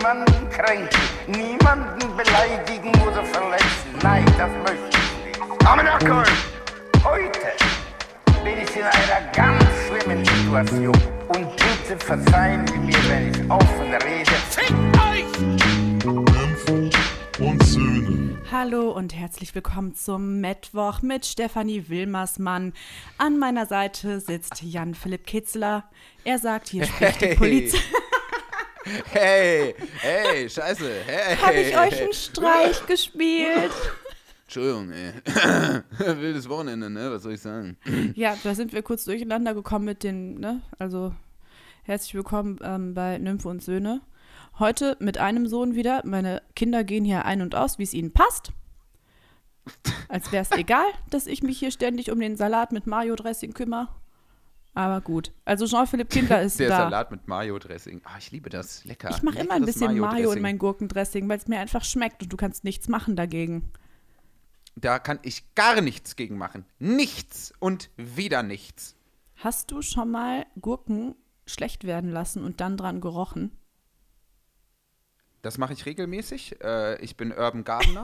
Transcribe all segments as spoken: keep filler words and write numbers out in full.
niemanden kränken, niemanden beleidigen oder verletzen. Nein, das möchte ich nicht. Aber Nackel, heute bin ich in einer ganz schlimmen Situation. Und bitte verzeihen Sie mir, wenn ich offen rede. Fickt euch! Nymphen und Söhne. Hallo und herzlich willkommen zum Mittwoch mit Stefanie Wilmersmann. An meiner Seite sitzt Jan-Philipp Kitzler. Er sagt, hier spricht Hey. die Polizei. Hey, hey, scheiße, hey. Habe ich euch einen Streich gespielt? Entschuldigung, ey. Wildes Wochenende, ne? Was soll ich sagen? Ja, da sind wir kurz durcheinander gekommen mit den, ne? Also herzlich willkommen ähm, bei Nymphe und Söhne. Heute mit einem Sohn wieder. Meine Kinder gehen hier ein und aus, wie es ihnen passt. Als wäre es egal, dass ich mich hier ständig um den Salat mit Mayo-Dressing kümmere. Aber gut. Also Jean-Philipp Kindler ist Der da. Salat mit Mayo-Dressing. Ah, ich liebe das. Lecker. Ich mache immer ein Leckeres bisschen Mayo in Mayo-Dressing. mein Gurkendressing, weil es mir einfach schmeckt und du kannst nichts machen dagegen. Da kann ich gar nichts gegen machen. Nichts und wieder nichts. Hast du schon mal Gurken schlecht werden lassen und dann dran gerochen? Das mache ich regelmäßig. Äh, ich bin Urban Gardener.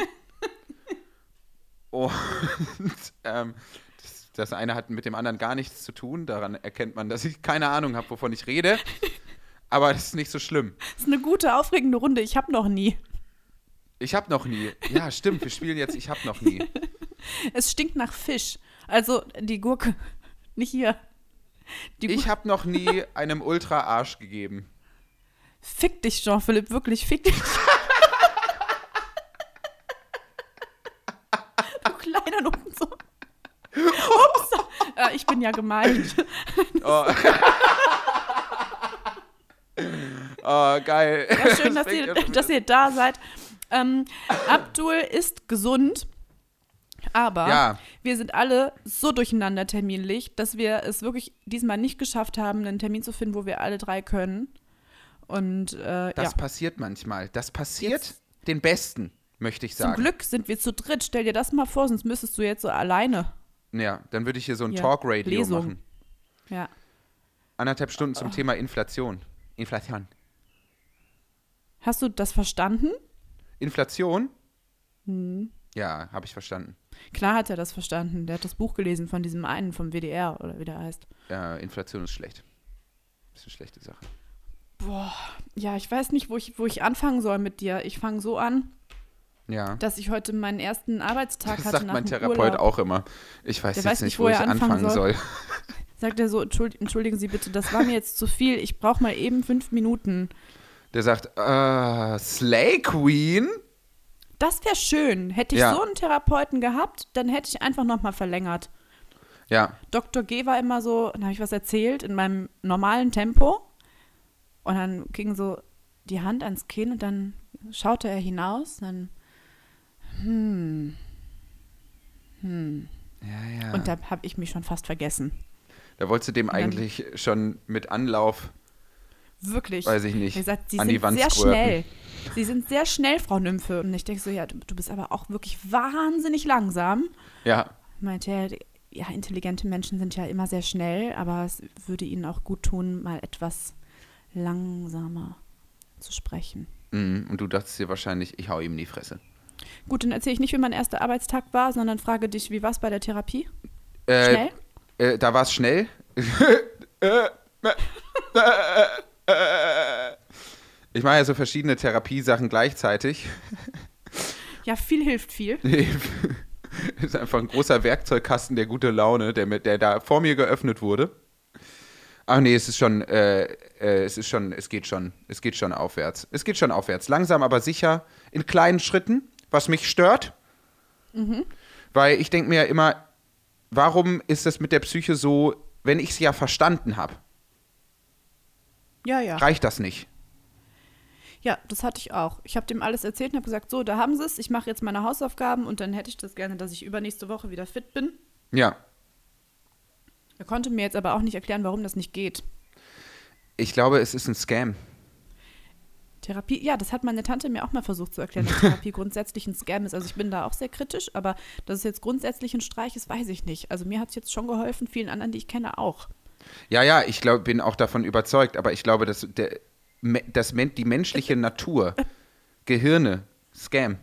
Und ähm, das, das eine hat mit dem anderen gar nichts zu tun. Daran erkennt man, dass ich keine Ahnung habe, wovon ich rede. Aber das ist nicht so schlimm. Das ist eine gute, aufregende Runde. Ich habe noch nie. Ich habe noch nie. Ja, stimmt. Wir spielen jetzt Ich habe noch nie. Es stinkt nach Fisch. Also die Gurke, nicht hier. Die Ich habe noch nie einem Ultra-Arsch gegeben. Fick dich, Jean-Philipp, wirklich, fick dich. Du kleiner Nutzen. Ups. Ja, ich bin ja gemeint. Oh, oh geil. Ja, schön, dass Das ihr, fängt ja dass ihr da seid. Ähm, Abdul ist gesund, aber Ja. wir sind alle so durcheinander terminlich, dass wir es wirklich diesmal nicht geschafft haben, einen Termin zu finden, wo wir alle drei können. Und äh, Das ja, passiert manchmal. Das passiert Jetzt- den Besten, möchte ich zum sagen. Glück sind wir zu dritt. Stell dir das mal vor, sonst müsstest du jetzt so alleine. Ja, dann würde ich hier so ein Ja, Talk-Radio Lesung. machen. Ja. Anderthalb Stunden Ah. zum Thema Inflation. Inflation. Hast du das verstanden? Inflation? Hm. Ja, habe ich verstanden. Klar hat er das verstanden. Der hat das Buch gelesen von diesem einen vom W D R oder wie der heißt. Ja, Inflation ist schlecht. Ist eine schlechte Sache. Boah, ja, ich weiß nicht, wo ich, wo ich anfangen soll mit dir. Ich fange so an, Ja. dass ich heute meinen ersten Arbeitstag Das hatte sagt nach mein dem Therapeut Urlaub. auch immer. Ich weiß Der jetzt weiß nicht, nicht, wo, wo ich er anfangen anfangen soll. Sagt er so, Entschuld, entschuldigen Sie bitte, das war mir jetzt zu viel. Ich brauche mal eben fünf Minuten. Der sagt, äh, Slay Queen? Das wäre schön. Hätte ich Ja. so einen Therapeuten gehabt, dann hätte ich einfach noch mal verlängert. Ja, Doktor G war immer so, dann habe ich was erzählt in meinem normalen Tempo. Und dann ging so die Hand ans Kinn und dann schaute er hinaus. Dann, hm, hm. ja, ja. Und da habe ich mich schon fast vergessen. Da wolltest du dem dann- eigentlich schon mit Anlauf, Wirklich. weiß ich nicht, Er sagt, Sie an sind die Wand sehr squirten. schnell. Sie sind sehr schnell, Frau Nymphe. Und ich denke so, ja, du, du bist aber auch wirklich wahnsinnig langsam. Ja, Meinte er, ja, intelligente Menschen sind ja immer sehr schnell, aber es würde ihnen auch gut tun, mal etwas langsamer zu sprechen. mm, und du dachtest dir wahrscheinlich, ich hau ihm in die Fresse. Gut, dann erzähle ich nicht, wie mein erster Arbeitstag war, sondern frage dich, wie war es bei der Therapie? Äh, Schnell? Äh, da war es schnell. Ich mache ja so verschiedene Therapiesachen gleichzeitig. Ja, viel hilft viel. Das ist einfach ein großer Werkzeugkasten der gute Laune, der, mit, der da vor mir geöffnet wurde. Ach nee, es ist schon, äh, äh, es ist schon, es geht schon, es geht schon aufwärts. Es geht schon aufwärts. Langsam, aber sicher, in kleinen Schritten, was mich stört. Mhm. Weil ich denke mir ja immer, warum ist das mit der Psyche so, wenn ich es ja verstanden habe, Ja, ja. reicht das nicht? Ja, das hatte ich auch. Ich habe dem alles erzählt und habe gesagt, so, da haben sie es, ich mache jetzt meine Hausaufgaben und dann hätte ich das gerne, dass ich übernächste Woche wieder fit bin. Ja. Er konnte mir jetzt aber auch nicht erklären, warum das nicht geht. Ich glaube, es ist ein Scam. Therapie, ja, das hat meine Tante mir auch mal versucht zu erklären, dass Therapie grundsätzlich ein Scam ist. Also ich bin da auch sehr kritisch, aber dass es jetzt grundsätzlich ein Streich ist, weiß ich nicht. Also mir hat es jetzt schon geholfen, vielen anderen, die ich kenne, auch. Ja, ja, ich glaube, bin auch davon überzeugt, aber ich glaube, dass der, me- das, men- die menschliche Natur, Gehirne, Scam.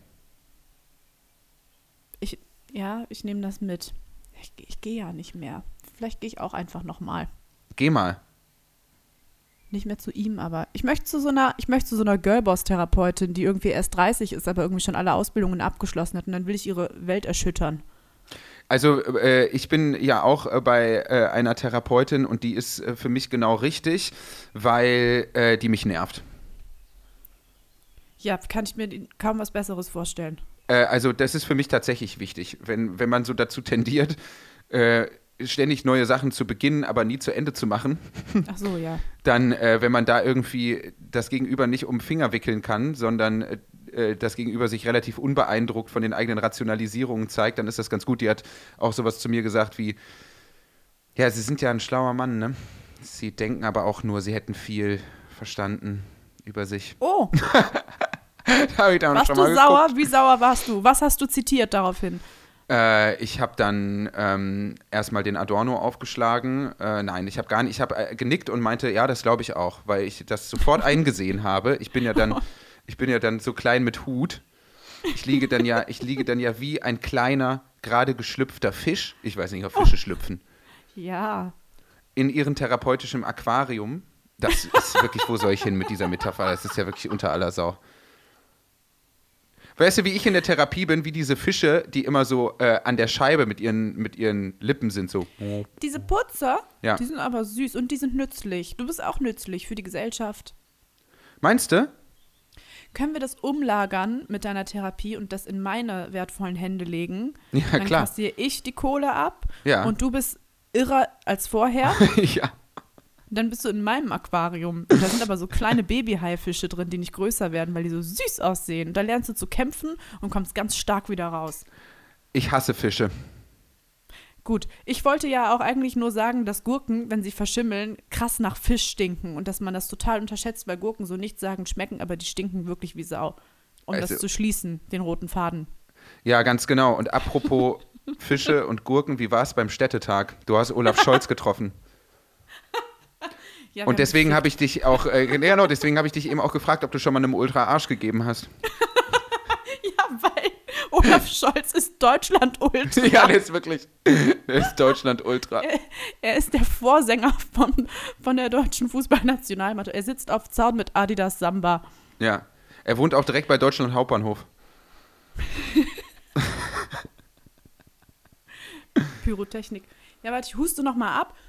Ich, ja, ich nehme das mit. Ich, ich gehe ja nicht mehr. Vielleicht gehe ich auch einfach nochmal. Geh mal. Nicht mehr zu ihm, aber ich möchte zu so einer, ich möchte zu so einer Girlboss-Therapeutin, die irgendwie erst dreißig ist, aber irgendwie schon alle Ausbildungen abgeschlossen hat und dann will ich ihre Welt erschüttern. Also äh, ich bin ja auch äh, bei äh, einer Therapeutin und die ist äh, für mich genau richtig, weil äh, die mich nervt. Ja, kann ich mir kaum was Besseres vorstellen. Äh, also das ist für mich tatsächlich wichtig, wenn, wenn man so dazu tendiert, äh, ständig neue Sachen zu beginnen, aber nie zu Ende zu machen. Ach so, ja. Dann, äh, wenn man da irgendwie das Gegenüber nicht um den Finger wickeln kann, sondern äh, das Gegenüber sich relativ unbeeindruckt von den eigenen Rationalisierungen zeigt, dann ist das ganz gut. Die hat auch sowas zu mir gesagt wie, ja, Sie sind ja ein schlauer Mann, ne? Sie denken aber auch nur, Sie hätten viel verstanden über sich. Oh, Da habe ich dann warst schon du mal sauer? geguckt. Wie sauer warst du? Was hast du zitiert daraufhin? Äh, ich habe dann ähm, erstmal den Adorno aufgeschlagen. Äh, nein, ich habe gar nicht, ich habe äh, genickt und meinte, ja, das glaube ich auch, weil ich das sofort eingesehen habe. Ich bin ja dann, ich bin ja dann so klein mit Hut. Ich liege dann ja, ich liege dann ja wie ein kleiner, gerade geschlüpfter Fisch. Ich weiß nicht, ob Fische schlüpfen. Ja. In ihrem therapeutischen Aquarium. Das ist wirklich, wo soll ich hin mit dieser Metapher? Das ist ja wirklich unter aller Sau. Weißt du, wie ich in der Therapie bin, wie diese Fische, die immer so äh, an der Scheibe mit ihren, mit ihren Lippen sind, so. Diese Putzer, Ja. die sind aber süß und die sind nützlich. Du bist auch nützlich für die Gesellschaft. Meinst du? Können wir das umlagern mit deiner Therapie und das in meine wertvollen Hände legen? Ja, Dann klar. kassiere ich die Kohle ab Ja. und du bist irrer als vorher. Ja. Dann bist du in meinem Aquarium. Und da sind aber so kleine Babyhaifische drin, die nicht größer werden, weil die so süß aussehen. Und da lernst du zu kämpfen und kommst ganz stark wieder raus. Ich hasse Fische. Gut, ich wollte ja auch eigentlich nur sagen, dass Gurken, wenn sie verschimmeln, krass nach Fisch stinken und dass man das total unterschätzt, weil Gurken so nichtssagend schmecken, aber die stinken wirklich wie Sau. Um Also- das zu schließen, den roten Faden. Ja, ganz genau. Und apropos Fische und Gurken, wie war es beim Städtetag? Du hast Olaf Scholz getroffen. Ja, Und deswegen habe ich dich auch, äh, genau, deswegen habe ich dich eben auch gefragt, ob du schon mal einem Ultra Arsch gegeben hast. Ja, weil Olaf Scholz ist Deutschland-Ultra. Ja, der ist wirklich, der ist Deutschland Ultra. Er ist der Vorsänger von, von der deutschen Fußballnationalmannschaft. Er sitzt auf Zaun mit Adidas Samba. Ja. Er wohnt auch direkt bei Deutschland Hauptbahnhof. Pyrotechnik. Ja, warte, ich huste noch mal ab.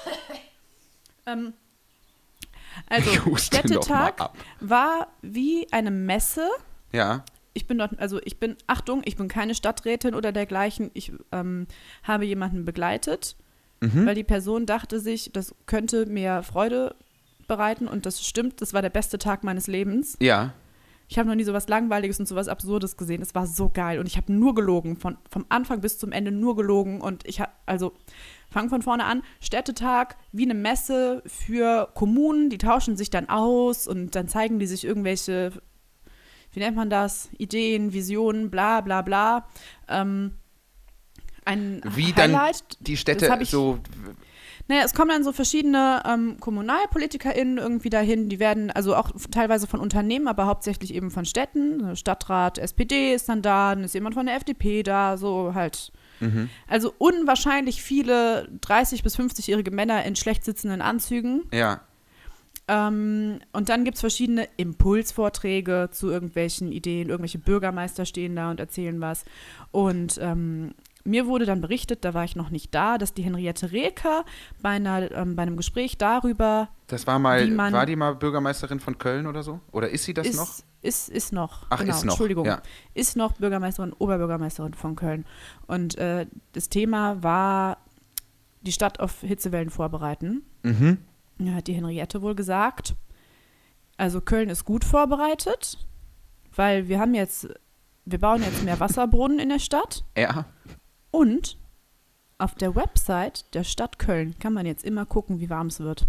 ähm, also, Ich huste noch mal Städtetag ab. war wie eine Messe. Ja. Ich bin dort, also ich bin, Achtung, ich bin keine Stadträtin oder dergleichen. Ich ähm, habe jemanden begleitet, Mhm. weil die Person dachte sich, das könnte mir Freude bereiten und das stimmt, das war der beste Tag meines Lebens. Ja. Ich habe noch nie so was Langweiliges und so was Absurdes gesehen. Es war so geil und ich habe nur gelogen, von, vom Anfang bis zum Ende nur gelogen und ich habe, also fang von vorne an, Städtetag wie eine Messe für Kommunen, die tauschen sich dann aus und dann zeigen die sich irgendwelche, wie nennt man das, Ideen, Visionen, bla bla bla. Ähm, ein Wie dann Highlight, die das Städte hab ich- so. naja, es kommen dann so verschiedene ähm, KommunalpolitikerInnen irgendwie dahin, die werden, also auch teilweise von Unternehmen, aber hauptsächlich eben von Städten. Stadtrat S P D ist dann da, dann ist jemand von der F D P da, so halt. Mhm. Also unwahrscheinlich viele dreißig- bis fünfzigjährige Männer in schlecht sitzenden Anzügen. Ja. Ähm, und dann gibt es verschiedene Impulsvorträge zu irgendwelchen Ideen. Irgendwelche Bürgermeister stehen da und erzählen was. Und ähm, mir wurde dann berichtet, da war ich noch nicht da, dass die Henriette Reker bei, einer, ähm, bei einem Gespräch darüber Das war mal, Wie man- war die mal Bürgermeisterin von Köln oder so? Oder ist sie das ist, noch? Ist, ist noch. Ach, genau, ist noch, Entschuldigung. ja. Ist noch Bürgermeisterin, Oberbürgermeisterin von Köln. Und äh, das Thema war, die Stadt auf Hitzewellen vorbereiten. Mhm. Ja, hat die Henriette wohl gesagt. Also Köln ist gut vorbereitet, weil wir haben jetzt, wir bauen jetzt mehr Wasserbrunnen in der Stadt Ja. und auf der Website der Stadt Köln kann man jetzt immer gucken, wie warm es wird.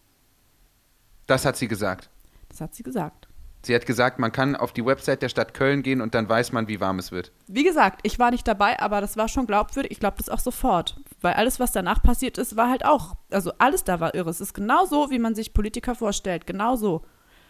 Das hat sie gesagt. Das hat sie gesagt. Sie hat gesagt, man kann auf die Website der Stadt Köln gehen und dann weiß man, wie warm es wird. Wie gesagt, ich war nicht dabei, aber das war schon glaubwürdig. Ich glaube das auch sofort. Weil alles, was danach passiert ist, war halt auch, also alles da war irre. Es ist genau so, wie man sich Politiker vorstellt. Genau so.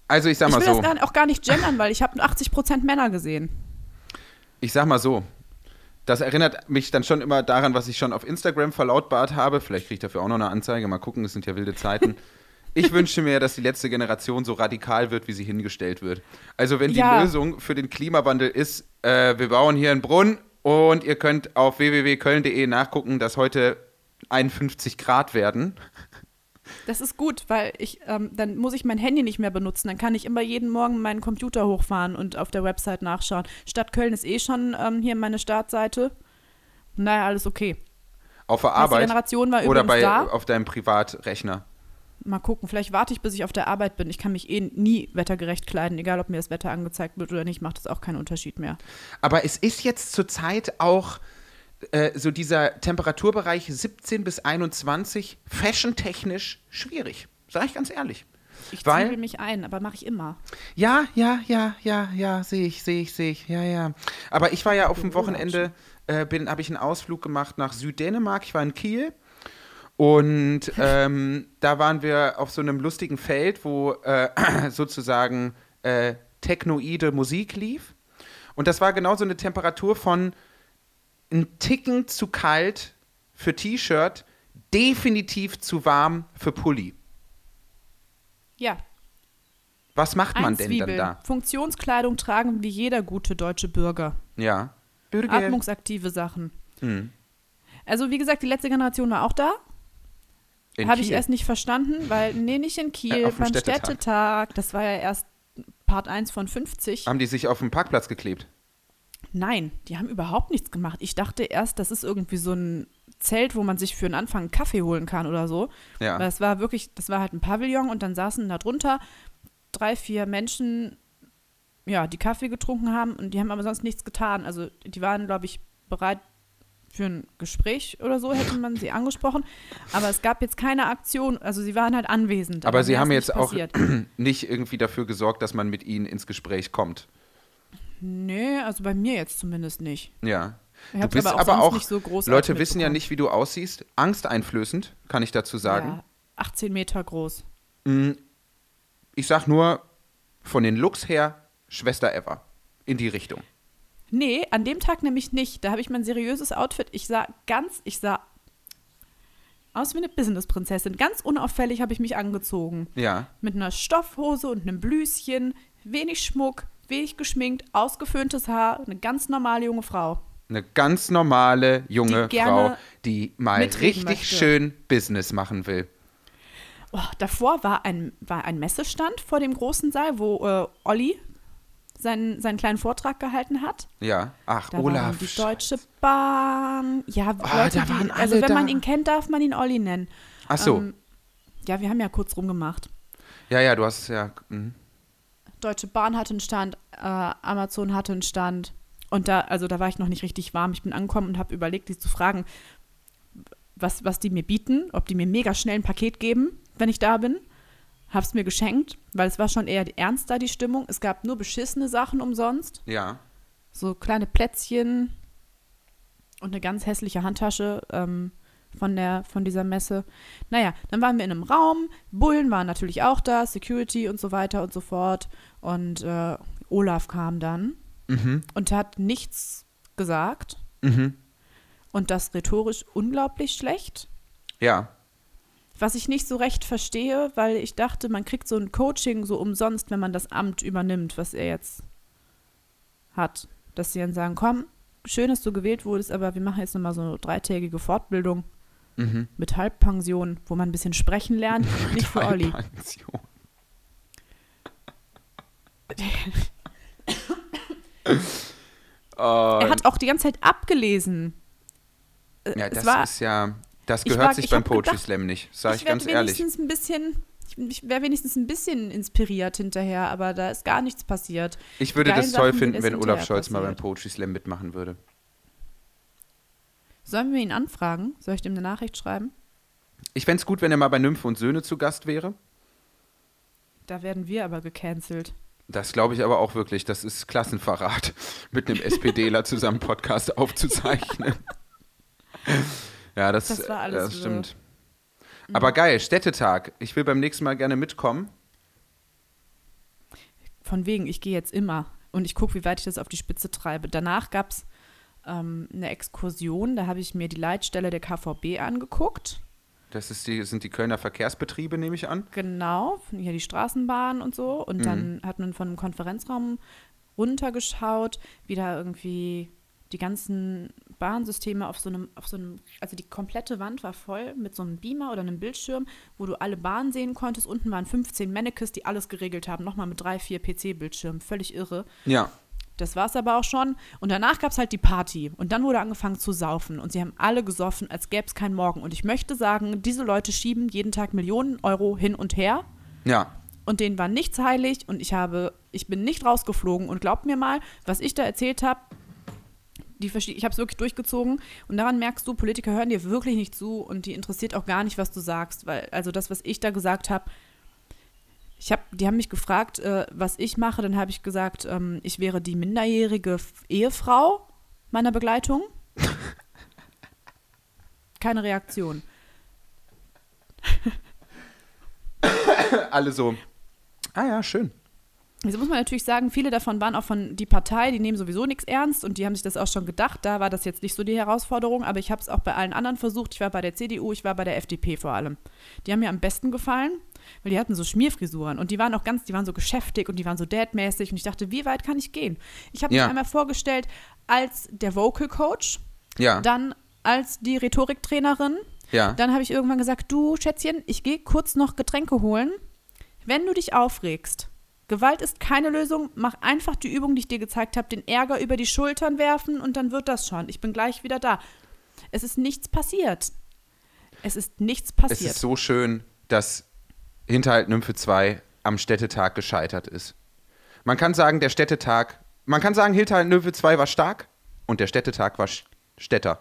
Also ich sag mal ich will so. das gar, auch gar nicht gendern, weil ich habe achtzig Prozent Männer gesehen. Ich sag mal so. Das erinnert mich dann schon immer daran, was ich schon auf Instagram verlautbart habe. Vielleicht kriege ich dafür auch noch eine Anzeige. Mal gucken, es sind ja wilde Zeiten. Ich wünsche mir, dass die letzte Generation so radikal wird, wie sie hingestellt wird. Also wenn die Ja. Lösung für den Klimawandel ist, äh, wir bauen hier einen Brunnen und ihr könnt auf w w w punkt köln punkt de nachgucken, dass heute einundfünfzig Grad werden. Das ist gut, weil ich, ähm, dann muss ich mein Handy nicht mehr benutzen. Dann kann ich immer jeden Morgen meinen Computer hochfahren und auf der Website nachschauen. Stadt Köln ist eh schon ähm, hier meine Startseite. Naja, alles okay. Auf der Nächste Arbeit Generation war oder übrigens bei, da. auf deinem Privatrechner. Mal gucken, vielleicht warte ich, bis ich auf der Arbeit bin. Ich kann mich eh nie wettergerecht kleiden. Egal, ob mir das Wetter angezeigt wird oder nicht, macht das auch keinen Unterschied mehr. Aber es ist jetzt zurzeit auch äh, so dieser Temperaturbereich siebzehn bis einundzwanzig fashiontechnisch schwierig. Sag ich ganz ehrlich. Ich Weil- zwiebel mich ein, aber mache ich immer. Ja, ja, ja, ja, ja, sehe ich, sehe ich, sehe ich, ja, ja. Aber ich war ja auf dem Wochenende, äh, bin, habe ich einen Ausflug gemacht nach Süddänemark. Ich war in Kiel und ähm, da waren wir auf so einem lustigen Feld, wo äh, sozusagen äh, technoide Musik lief. Und das war genau so eine Temperatur von ein Ticken zu kalt für T-Shirt, definitiv zu warm für Pulli. Ja, Was macht man denn Einzwiebeln. dann da? Funktionskleidung tragen wie jeder gute deutsche Bürger. Ja. Bürger. Atmungsaktive Sachen. Hm. Also wie gesagt, die letzte Generation war auch da. In Habe ich Kiel. erst nicht verstanden, weil, nee, nicht in Kiel, Auf dem beim Städtetag. Städtetag. Das war ja erst Part eins von fünfzig. Haben die sich auf dem Parkplatz geklebt? Nein, die haben überhaupt nichts gemacht. Ich dachte erst, das ist irgendwie so ein Zelt, wo man sich für den Anfang einen Kaffee holen kann oder so. Ja. Weil es war wirklich, das war halt ein Pavillon und dann saßen da drunter drei, vier Menschen, ja, die Kaffee getrunken haben und die haben aber sonst nichts getan. Also die waren, glaube ich, bereit für ein Gespräch oder so, hätte man sie angesprochen. Aber es gab jetzt keine Aktion, also sie waren halt anwesend. Aber sie mehr haben ist jetzt nicht auch passiert. nicht irgendwie dafür gesorgt, dass man mit ihnen ins Gespräch kommt. Nee, also bei mir jetzt zumindest nicht. Ja. Ich Du hab's bist aber auch aber sonst auch, nicht so großartig Leute wissen ja mitbekommen. nicht, wie du aussiehst. Angsteinflößend, kann ich dazu sagen. Ja, achtzehn Meter groß. Ich sag nur, von den Looks her, Schwester Eva. In die Richtung. Nee, an dem Tag nämlich nicht. Da habe ich mein seriöses Outfit. Ich sah ganz, ich sah aus wie eine Business-Prinzessin. Ganz unauffällig habe ich mich angezogen. Ja. Mit einer Stoffhose und einem Blüschen, wenig Schmuck, wenig geschminkt, ausgeföhntes Haar, eine ganz normale junge Frau. Eine ganz normale, junge Die gerne Frau, die mal mitreden richtig möchte. schön Business machen will. Oh, davor war ein, war ein Messestand vor dem großen Saal, wo äh, Olli seinen, seinen kleinen Vortrag gehalten hat. Ja. Ach, Da Olaf. waren die Deutsche Bahn. Ja, Ah, Leute, da waren die, also alle wenn man da. ihn kennt, darf man ihn Olli nennen. Ach so. Ähm, ja, wir haben ja kurz rumgemacht. Ja, ja, du hast ja. mhm. Deutsche Bahn hatte einen Stand, äh, Amazon hatte einen Stand. Und da, also da war ich noch nicht richtig warm. Ich bin angekommen und habe überlegt, die zu fragen, was, was die mir bieten, ob die mir mega schnell ein Paket geben, wenn ich da bin. Hab's mir geschenkt, weil es war schon eher ernst da, die Stimmung. Es gab nur beschissene Sachen umsonst. Ja. So kleine Plätzchen und eine ganz hässliche Handtasche ähm, von, der, von dieser Messe. Naja, dann waren wir in einem Raum. Bullen waren natürlich auch da, Security und so weiter und so fort. Und äh, Olaf kam dann Mhm. und hat nichts gesagt. Mhm. Und das rhetorisch unglaublich schlecht. Ja. Was ich nicht so recht verstehe, weil ich dachte, man kriegt so ein Coaching so umsonst, wenn man das Amt übernimmt, was er jetzt hat. Dass sie dann sagen, komm, schön, dass du gewählt wurdest, aber wir machen jetzt nochmal so eine dreitägige Fortbildung Mhm. mit Halbpension, wo man ein bisschen sprechen lernt. Nicht für Olli. Pension. Oh, Er hat auch die ganze Zeit abgelesen. Äh, ja, es das war, ist ja, das ich gehört war- sich ich beim hab Poetry gedacht, Slam nicht, sag ich, ich werde ganz ehrlich. wenigstens ein bisschen, ich, ich wäre wenigstens ein bisschen inspiriert hinterher, aber da ist gar nichts passiert. Ich würde geilen das toll Sachen, finden, wenn es wenn Olaf hinterher Scholz mal beim passiert. Poetry Slam mitmachen würde. Sollen wir ihn anfragen? Soll ich dem eine Nachricht schreiben? Ich fände es gut, wenn er mal bei Nymphe und Söhne zu Gast wäre. Da werden wir aber gecancelt. Das glaube ich aber auch wirklich. Das ist Klassenverrat, mit einem SPDler zusammen Podcast aufzuzeichnen. Ja, das, Das war alles das so. stimmt. Aber geil, Städtetag. Ich will beim nächsten Mal gerne mitkommen. von wegen, ich gehe jetzt immer und ich gucke, wie weit ich das auf die Spitze treibe. Danach gab es ähm, eine Exkursion, da habe ich mir die Leitstelle der K V B angeguckt. Das ist die, sind die Kölner Verkehrsbetriebe, nehme ich an. Genau, hier die Straßenbahn und so. Und Mhm. dann hat man von einem Konferenzraum runtergeschaut, wie da irgendwie die ganzen Bahnsysteme auf so einem, auf so einem, also die komplette Wand war voll mit so einem Beamer oder einem Bildschirm, wo du alle Bahnen sehen konntest. Unten waren fünfzehn Mannequins, die alles geregelt haben. Nochmal mit drei, vier P C-Bildschirmen. Völlig irre. Ja. Das war es aber auch schon. Und danach gab es halt die Party. Und dann wurde angefangen zu saufen. Und sie haben alle gesoffen, als gäbe es keinen Morgen. Und ich möchte sagen, diese Leute schieben jeden Tag Millionen Euro hin und her. Ja. Und denen war nichts heilig. Und ich habe, ich bin nicht rausgeflogen. Und glaubt mir mal, was ich da erzählt habe, die verste- ich habe es wirklich durchgezogen. Und daran merkst du, Politiker hören dir wirklich nicht zu. Und die interessiert auch gar nicht, was du sagst. Weil, also das, was ich da gesagt habe, Ich hab, die haben mich gefragt, äh, was ich mache. Dann habe ich gesagt, ähm, ich wäre die minderjährige F- Ehefrau meiner Begleitung. Keine Reaktion. Alle so. Ah ja, schön. Jetzt muss man natürlich sagen, viele davon waren auch von die Partei, die nehmen sowieso nichts ernst und die haben sich das auch schon gedacht. Da war das jetzt nicht so die Herausforderung, aber ich habe es auch bei allen anderen versucht. Ich war bei der C D U, ich war bei der F D P vor allem. Die haben mir am besten gefallen, weil die hatten so Schmierfrisuren und die waren auch ganz, die waren so geschäftig und die waren so dadmäßig und ich dachte, wie weit kann ich gehen? Ich habe Ja. mich einmal vorgestellt als der Vocal Coach, Ja. dann als die Rhetoriktrainerin. Ja. Dann habe ich irgendwann gesagt, du Schätzchen, ich gehe kurz noch Getränke holen. Wenn du dich aufregst, Gewalt ist keine Lösung, mach einfach die Übung, die ich dir gezeigt habe, den Ärger über die Schultern werfen und dann wird das schon. Ich bin gleich wieder da. Es ist nichts passiert. Es ist nichts Es passiert. ist so schön, dass Hinterhalt Nymphe zwei am Städtetag gescheitert ist. Man kann sagen, der Städtetag, man kann sagen, Hinterhalt Nymphe zwei war stark und der Städtetag war Sch- Städter.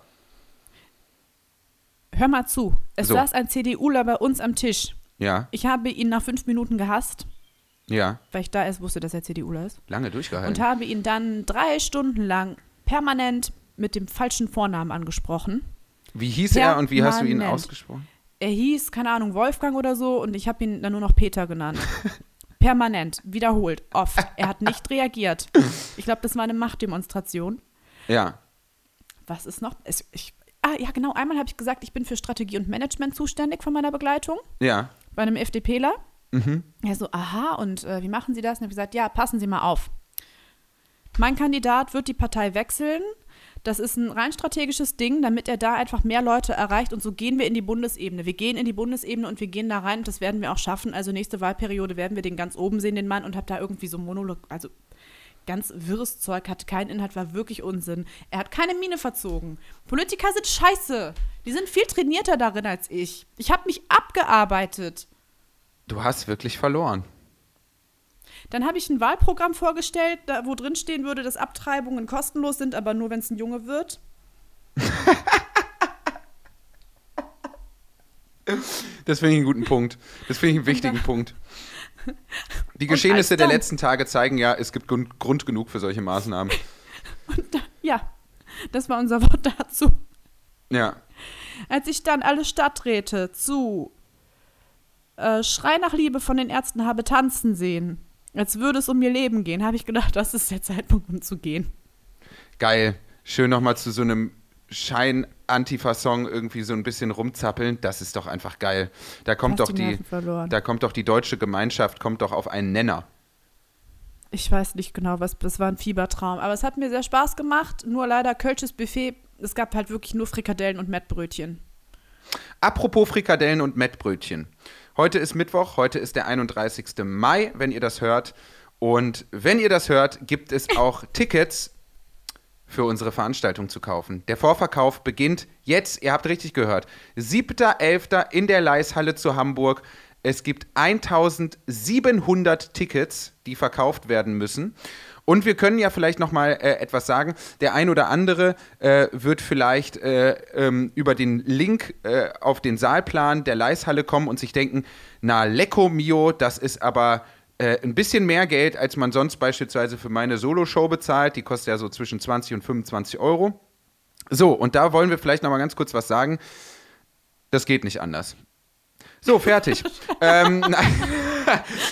Hör mal zu. Es So. saß ein CDUler bei uns am Tisch. Ja, Ich habe ihn nach fünf Minuten gehasst, ja, weil ich da erst wusste, dass er CDUler ist. lange durchgehalten. Und habe ihn dann drei Stunden lang permanent mit dem falschen Vornamen angesprochen. Wie hieß er und wie hast du ihn Permanent. ausgesprochen? Er hieß, keine Ahnung, Wolfgang oder so und ich habe ihn dann nur noch Peter genannt. Permanent, wiederholt, oft. Er hat nicht reagiert. Ich glaube, das war eine Machtdemonstration. Ja, Was ist noch? Es, ich, ah, ja, genau. Einmal habe ich gesagt, ich bin für Strategie und Management zuständig von meiner Begleitung ja, bei einem FDPler. mhm. Er so, aha, und äh, wie machen Sie das? Und ich habe gesagt, ja, passen Sie mal auf. Mein Kandidat wird die Partei wechseln. Das ist ein rein strategisches Ding, damit er da einfach mehr Leute erreicht. Und so gehen wir in die Bundesebene. Wir gehen in die Bundesebene und wir gehen da rein und das werden wir auch schaffen. Also nächste Wahlperiode werden wir den ganz oben sehen, den Mann, und habe da irgendwie so Monolog, also ganz wirres Zeug, hatte keinen Inhalt, war wirklich Unsinn. Er hat keine Miene verzogen. Politiker sind scheiße. Die sind viel trainierter darin als ich. Ich habe mich abgearbeitet. Du hast wirklich verloren. Dann habe ich ein Wahlprogramm vorgestellt, da, wo drin stehen würde, dass Abtreibungen kostenlos sind, aber nur, wenn es ein Junge wird. Das finde ich einen guten Punkt. Das finde ich einen wichtigen Punkt. Die Geschehnisse als der dann- letzten Tage zeigen ja, es gibt Grund, Grund genug für solche Maßnahmen. Und da, ja, das war unser Wort dazu. Ja, Als ich dann alle Stadträte zu äh, Schrei nach Liebe von den Ärzten habe tanzen sehen, als würde es um ihr Leben gehen, habe ich gedacht, das ist der Zeitpunkt, um zu gehen. geil. Schön nochmal zu so einem Schein-Antifa-Song irgendwie so ein bisschen rumzappeln. Das ist doch einfach geil. Da kommt Fast doch die die, Nerven verloren. da kommt doch die deutsche Gemeinschaft, kommt doch auf einen Nenner. Ich weiß nicht genau, was, das war ein Fiebertraum. Aber es hat mir sehr Spaß gemacht. Nur leider Kölsches Buffet, es gab halt wirklich nur Frikadellen und Mettbrötchen. Apropos Frikadellen und Mettbrötchen. Heute ist Mittwoch, heute ist der einunddreißigster Mai, wenn ihr das hört. Und wenn ihr das hört, gibt es auch Tickets für unsere Veranstaltung zu kaufen. Der Vorverkauf beginnt jetzt, ihr habt richtig gehört, siebter elfter in der Leishalle zu Hamburg. Es gibt eintausendsiebenhundert Tickets, die verkauft werden müssen. Und wir können ja vielleicht noch mal äh, etwas sagen. Der ein oder andere äh, wird vielleicht äh, ähm, über den Link äh, auf den Saalplan der Leishalle kommen und sich denken, na lecco mio, das ist aber äh, ein bisschen mehr Geld, als man sonst beispielsweise für meine Solo-Show bezahlt. Die kostet ja so zwischen zwanzig und fünfundzwanzig Euro. So, und da wollen wir vielleicht noch mal ganz kurz was sagen. Das geht nicht anders. So, fertig. ähm, nein.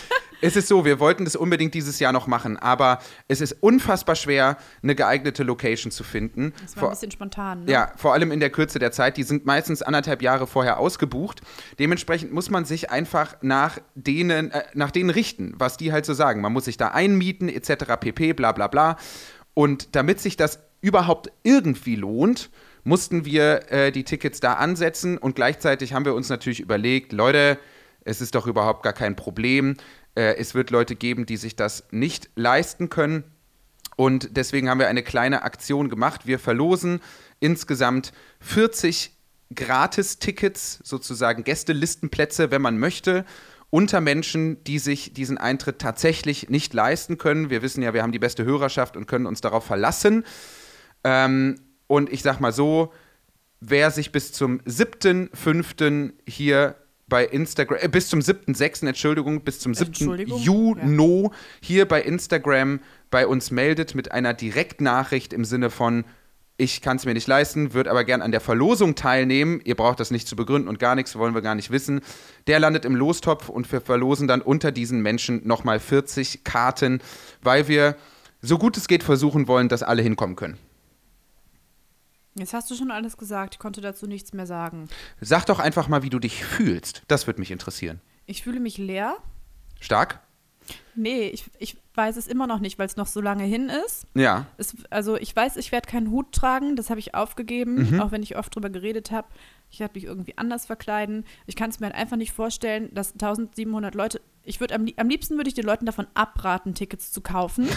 Es ist so, wir wollten das unbedingt dieses Jahr noch machen, aber es ist unfassbar schwer, eine geeignete Location zu finden. Das war ein bisschen spontan, ne? Ja, vor allem in der Kürze der Zeit. Die sind meistens anderthalb Jahre vorher ausgebucht. Dementsprechend muss man sich einfach nach denen, äh, nach denen richten, was die halt so sagen. Man muss sich da einmieten, et cetera pp, bla bla bla. Und damit sich das überhaupt irgendwie lohnt, mussten wir äh, die Tickets da ansetzen und gleichzeitig haben wir uns natürlich überlegt, Leute, es ist doch überhaupt gar kein Problem. Äh, es wird Leute geben, die sich das nicht leisten können und deswegen haben wir eine kleine Aktion gemacht. Wir verlosen insgesamt vierzig Gratis-Tickets, sozusagen Gästelistenplätze, wenn man möchte, unter Menschen, die sich diesen Eintritt tatsächlich nicht leisten können. Wir wissen ja, wir haben die beste Hörerschaft und können uns darauf verlassen. Ähm, Und ich sag mal so, wer sich bis zum siebten fünften hier bei Instagram, äh, bis zum siebten sechsten Entschuldigung, bis zum siebten Juni ja. hier bei Instagram bei uns meldet mit einer Direktnachricht im Sinne von, ich kann es mir nicht leisten, würde aber gern an der Verlosung teilnehmen, ihr braucht das nicht zu begründen und gar nichts, wollen wir gar nicht wissen, der landet im Lostopf und wir verlosen dann unter diesen Menschen nochmal vierzig Karten, weil wir so gut es geht versuchen wollen, dass alle hinkommen können. Jetzt hast du schon alles gesagt, ich konnte dazu nichts mehr sagen. Sag doch einfach mal, wie du dich fühlst. Das würde mich interessieren. Ich fühle mich leer. Stark? Nee, ich, ich weiß es immer noch nicht, weil es noch so lange hin ist. Ja. Es, also ich weiß, ich werde keinen Hut tragen, das habe ich aufgegeben, Mhm. auch wenn ich oft drüber geredet habe. Ich werde mich irgendwie anders verkleiden. Ich kann es mir halt einfach nicht vorstellen, dass eintausendsiebenhundert Leute, ich würde am, am liebsten würde ich den Leuten davon abraten, Tickets zu kaufen.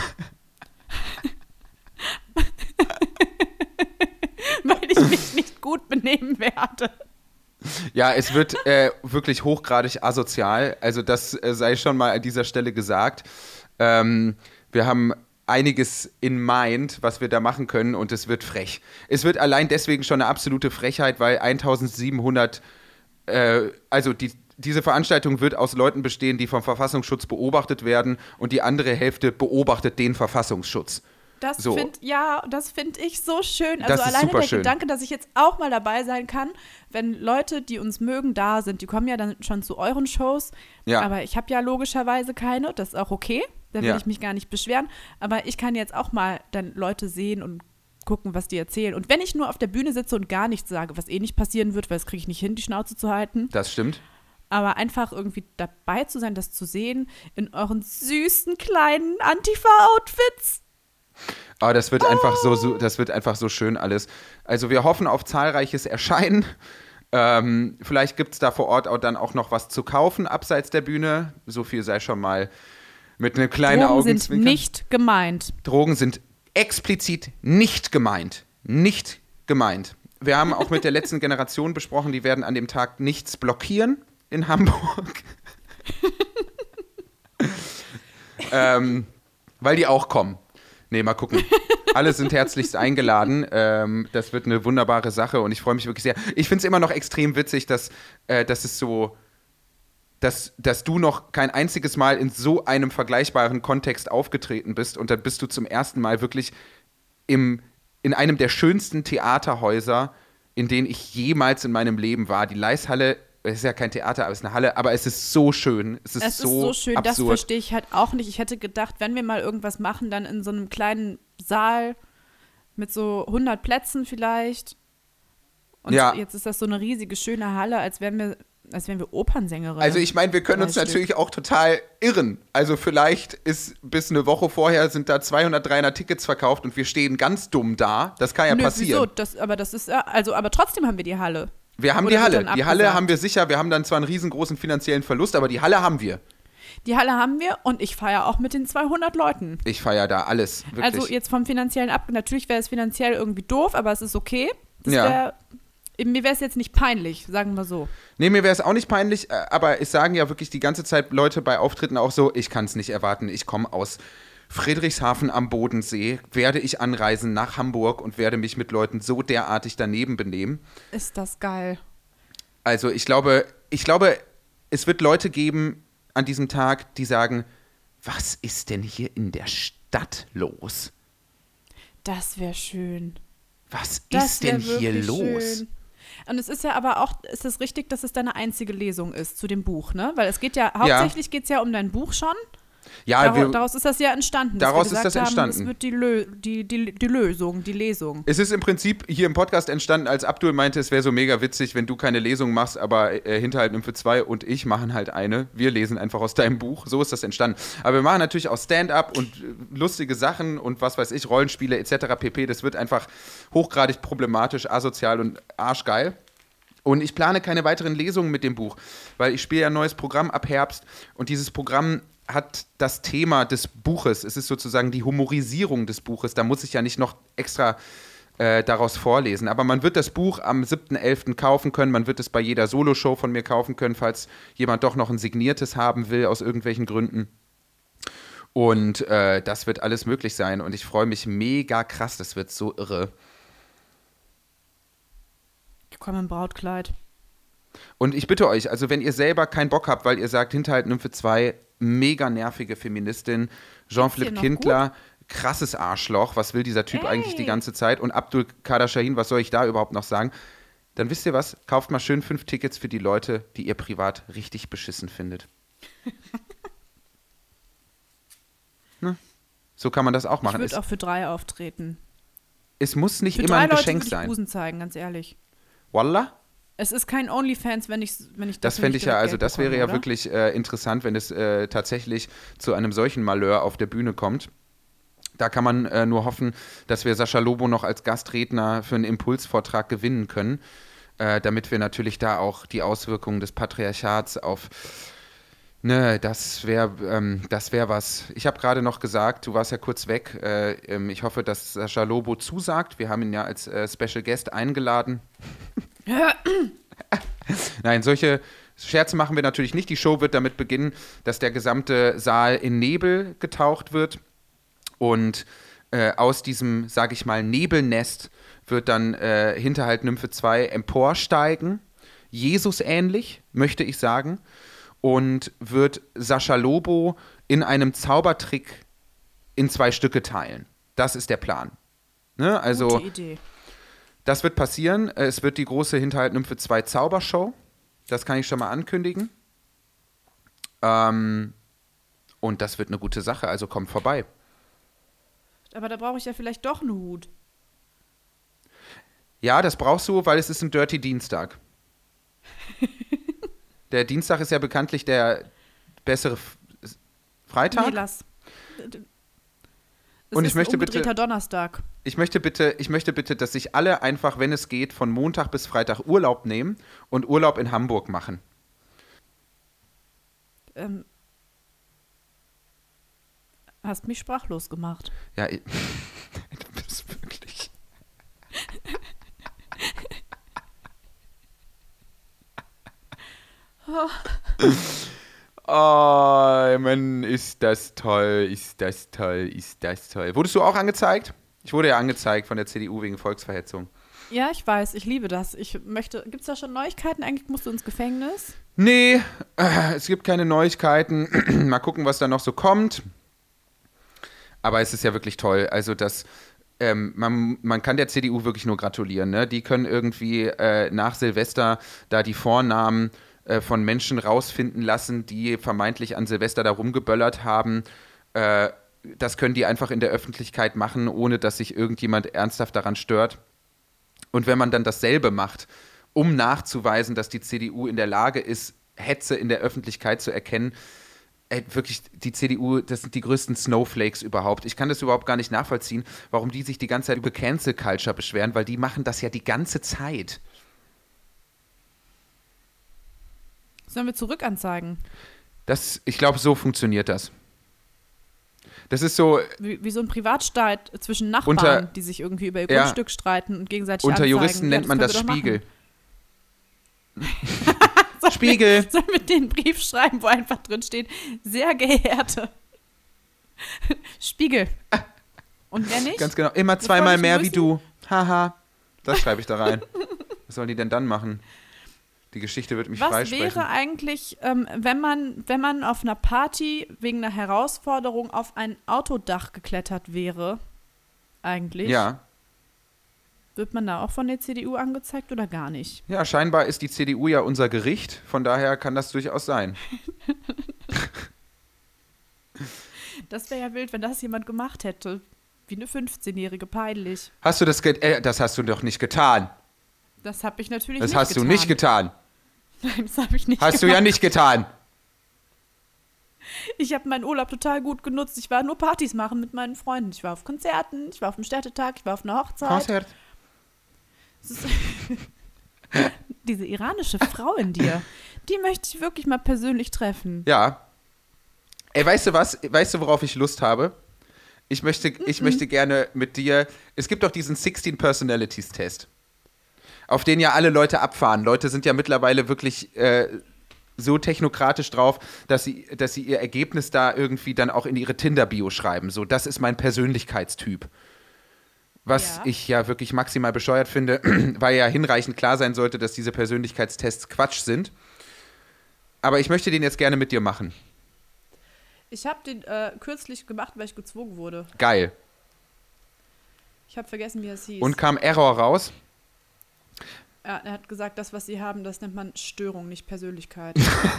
Weil ich mich nicht gut benehmen werde. Ja, es wird äh, wirklich hochgradig asozial. Also das äh, sei schon mal an dieser Stelle gesagt. Ähm, wir haben einiges in mind, was wir da machen können und es wird frech. Es wird allein deswegen schon eine absolute Frechheit, weil eintausendsiebenhundert, äh, also die, diese Veranstaltung wird aus Leuten bestehen, die vom Verfassungsschutz beobachtet werden und die andere Hälfte beobachtet den Verfassungsschutz. Das So. find, ja, das finde ich so schön. Also Das ist alleine super der schön. Gedanke, dass ich jetzt auch mal dabei sein kann, wenn Leute, die uns mögen, da sind. Die kommen ja dann schon zu euren Shows. Ja. Aber ich habe ja logischerweise keine. Das ist auch okay. Da will Ja. ich mich gar nicht beschweren. Aber ich kann jetzt auch mal dann Leute sehen und gucken, was die erzählen. Und wenn ich nur auf der Bühne sitze und gar nichts sage, was eh nicht passieren wird, weil das kriege ich nicht hin, die Schnauze zu halten. Das stimmt. Aber einfach irgendwie dabei zu sein, das zu sehen, in euren süßen kleinen Antifa-Outfits. Aber das wird einfach so, so, das wird einfach so schön alles. Also wir hoffen auf zahlreiches Erscheinen. Ähm, vielleicht gibt es da vor Ort auch dann auch noch was zu kaufen, abseits der Bühne. So viel sei schon mal mit einem kleinen Drogen sind Augenzwinkern. nicht gemeint. Drogen sind explizit nicht gemeint. Nicht gemeint. Wir haben auch mit der letzten Generation besprochen, die werden an dem Tag nichts blockieren in Hamburg. ähm, weil die auch kommen. Nee, mal gucken. Alle sind herzlichst eingeladen. Ähm, das wird eine wunderbare Sache und ich freue mich wirklich sehr. Ich finde es immer noch extrem witzig, dass, äh, dass es so, dass, dass du noch kein einziges Mal in so einem vergleichbaren Kontext aufgetreten bist und dann bist du zum ersten Mal wirklich im, in einem der schönsten Theaterhäuser, in denen ich jemals in meinem Leben war. Die Leishalle, es ist ja kein Theater, aber es ist eine Halle, aber es ist so schön. Es ist, Es so, ist so schön, das absurd. verstehe ich halt auch nicht. Ich hätte gedacht, wenn wir mal irgendwas machen, dann in so einem kleinen Saal mit so hundert Plätzen vielleicht. Und Ja. jetzt ist das so eine riesige, schöne Halle, als wären wir, als wären wir Opernsängerin. Also ich meine, wir können Drei uns Stück. natürlich auch total irren. Also vielleicht ist bis eine Woche vorher sind da zweihundert, dreihundert Tickets verkauft und wir stehen ganz dumm da. Das kann ja Nö, passieren. wieso? Das, aber das ist, ja- also, aber trotzdem haben wir die Halle. Wir haben Oder die wird Halle. dann Die Halle abgesagt? haben wir sicher. Wir haben dann zwar einen riesengroßen finanziellen Verlust, aber die Halle haben wir. Die Halle haben wir und ich feiere auch mit den zweihundert Leuten. Ich feiere da alles. Wirklich. Also jetzt vom finanziellen ab, natürlich wäre es finanziell irgendwie doof, aber es ist okay. Das Ja. wär, mir wäre es jetzt nicht peinlich, sagen wir so. Nee, mir wäre es auch nicht peinlich, äh, aber es sagen ja wirklich die ganze Zeit Leute bei Auftritten auch so, ich kann es nicht erwarten, ich komme aus Friedrichshafen am Bodensee, werde ich anreisen nach Hamburg und werde mich mit Leuten so derartig daneben benehmen. Ist das geil. Also ich glaube, ich glaube, es wird Leute geben an diesem Tag, die sagen, was ist denn hier in der Stadt los? Das wäre schön. Was Das ist denn wär hier wirklich los? schön. Und es ist ja aber auch, ist es richtig, dass es deine einzige Lesung ist zu dem Buch, ne? Weil es geht ja, hauptsächlich geht es ja um dein Buch schon. Ja, Dar wir, daraus ist das ja entstanden. Daraus dass wir ist das gesagt entstanden. Haben, das wird die, Lö die, die, die Lösung, die Lesung. es ist im Prinzip hier im Podcast entstanden, als Abdul meinte, es wäre so mega witzig, wenn du keine Lesung machst, aber äh, Hinterhalt Nymphe zwei und ich machen halt eine. Wir lesen einfach aus deinem Buch. So ist das entstanden. Aber wir machen natürlich auch Stand-up und äh, lustige Sachen und was weiß ich, Rollenspiele et cetera pp. Das wird einfach hochgradig problematisch, asozial und arschgeil. Und ich plane keine weiteren Lesungen mit dem Buch, weil ich spiele ja ein neues Programm ab Herbst und dieses Programm hat das Thema des Buches. Es ist sozusagen die Humorisierung des Buches. Da muss ich ja nicht noch extra äh, daraus vorlesen. Aber man wird das Buch am siebten elften kaufen können. Man wird es bei jeder Soloshow von mir kaufen können, falls jemand doch noch ein signiertes haben will, aus irgendwelchen Gründen. Und äh, das wird alles möglich sein. Und ich freue mich mega krass. Das wird so irre. Ich komme im Brautkleid. Und ich bitte euch, also wenn ihr selber keinen Bock habt, weil ihr sagt, Hinterhalt Nymphe zwei, mega nervige Feministin, Jean-Philippe noch Kindler, krasses Arschloch, was will dieser Typ Ey. eigentlich die ganze Zeit? Und Abdul Kader Shahin, was soll ich da überhaupt noch sagen? Dann wisst ihr was, kauft mal schön fünf Tickets für die Leute, die ihr privat richtig beschissen findet. Ne? So kann man das auch Ich machen. Es, würde auch für drei auftreten. es muss nicht Für immer drei ein Leute Geschenk würde ich sein. Busen zeigen, ganz ehrlich. Wallah? Es ist kein OnlyFans, wenn ich wenn ich Das dafür fände nicht ich ja, direkt also Geld das wäre bekomme, ja oder? wirklich äh, interessant, wenn es äh, tatsächlich zu einem solchen Malheur auf der Bühne kommt. Da kann man äh, nur hoffen, dass wir Sascha Lobo noch als Gastredner für einen Impulsvortrag gewinnen können, äh, damit wir natürlich da auch die Auswirkungen des Patriarchats auf, ne, das wäre ähm, das wäre was. Ich habe gerade noch gesagt, du warst ja kurz weg, äh, ähm, ich hoffe, dass Sascha Lobo zusagt. Wir haben ihn ja als äh, Special Guest eingeladen. Nein, solche Scherze machen wir natürlich nicht. Die Show wird damit beginnen, dass der gesamte Saal in Nebel getaucht wird und äh, aus diesem, sage ich mal, Nebelnest wird dann äh, Hinterhalt Nymphe zwei emporsteigen, Jesus ähnlich, möchte ich sagen, und wird Sascha Lobo in einem Zaubertrick in zwei Stücke teilen. Das ist der Plan. Ne? Also Gute Idee. das wird passieren. Es wird die große Hinterhalt Nymphe zwei Zaubershow. Das kann ich schon mal ankündigen. Ähm, und das wird eine gute Sache, also kommt vorbei. Aber da brauche ich ja vielleicht doch einen Hut. Ja, das brauchst du, weil es ist ein Dirty Dienstag. Der Dienstag ist ja bekanntlich der bessere F- Freitag. Nee, lass. Es Und ich ist möchte ein bitte- umgedrehter Donnerstag. Ich möchte bitte, ich möchte bitte, dass sich alle einfach, wenn es geht, von Montag bis Freitag Urlaub nehmen und Urlaub in Hamburg machen. Ähm, hast mich sprachlos gemacht. Ja, ich- du bist wirklich. Oh, Mann, ist das toll, ist das toll, ist das toll. Wurdest du auch angezeigt? Ich wurde ja angezeigt von der C D U wegen Volksverhetzung. Ja, ich weiß, ich liebe das. Ich möchte. Gibt es da schon Neuigkeiten? Eigentlich musst du ins Gefängnis. Nee, äh, es gibt keine Neuigkeiten. Mal gucken, was da noch so kommt. Aber es ist ja wirklich toll. Also das, ähm, man, man kann der C D U wirklich nur gratulieren. Ne? Die können irgendwie äh, nach Silvester da die Vornamen äh, von Menschen rausfinden lassen, die vermeintlich an Silvester da rumgeböllert haben. Äh, das können die einfach in der Öffentlichkeit machen, ohne dass sich irgendjemand ernsthaft daran stört. Und wenn man dann dasselbe macht, um nachzuweisen, dass die C D U in der Lage ist, Hetze in der Öffentlichkeit zu erkennen, ey, wirklich, die C D U, das sind die größten Snowflakes überhaupt. Ich kann das überhaupt gar nicht nachvollziehen, warum die sich die ganze Zeit über Cancel Culture beschweren, weil die machen das ja die ganze Zeit. Sollen wir zurück anzeigen? Das, ich glaube, so funktioniert das. Das ist so, Wie, wie so ein Privatstreit zwischen Nachbarn, Unter- die sich irgendwie über ihr Ja. Grundstück streiten und gegenseitig unter anzeigen. Juristen Ja, nennt man können das wir doch Spiegel. machen. Spiegel. Sollen wir den einen Brief schreiben, wo einfach drin steht, sehr geehrte Spiegel. Und wer nicht? Ganz genau. Immer Wir zweimal freuen mehr uns wie du. Haha. Das schreibe ich da rein. Was sollen die denn dann machen? Die Geschichte wird mich Was freisprechen. wäre eigentlich, ähm, wenn man, wenn man auf einer Party wegen einer Herausforderung auf ein Autodach geklettert wäre? Eigentlich? Ja. Wird man da auch von der C D U angezeigt oder gar nicht? Ja, scheinbar ist die C D U ja unser Gericht, von daher kann das durchaus sein. Das wäre ja wild, wenn das jemand gemacht hätte. Wie eine fünfzehnjährige, peinlich. Hast du das ge- äh, das hast du doch nicht getan. Das habe ich natürlich Das nicht hast getan. du nicht getan. Nein, das habe ich nicht Hast gemacht. du ja nicht getan. Ich habe meinen Urlaub total gut genutzt. Ich war nur Partys machen mit meinen Freunden. Ich war auf Konzerten, ich war auf dem Städtetag, ich war auf einer Hochzeit. Konzert. Das ist diese iranische Frau in dir, die möchte ich wirklich mal persönlich treffen. Ja. Ey, weißt du was? Weißt du, worauf ich Lust habe? Ich möchte, ich möchte gerne mit dir, es gibt doch diesen sixteen Personalities Test, auf den ja alle Leute abfahren. Leute sind ja mittlerweile wirklich äh, so technokratisch drauf, dass sie, dass sie ihr Ergebnis da irgendwie dann auch in ihre Tinder-Bio schreiben. So, das ist mein Persönlichkeitstyp. Was Ja. ich ja wirklich maximal bescheuert finde, weil ja hinreichend klar sein sollte, dass diese Persönlichkeitstests Quatsch sind. Aber ich möchte den jetzt gerne mit dir machen. Ich habe den äh, kürzlich gemacht, weil ich gezwungen wurde. Geil. Ich habe vergessen, wie es hieß. Und kam Error raus? Ja, er hat gesagt, das, was sie haben, das nennt man Störung, nicht Persönlichkeit.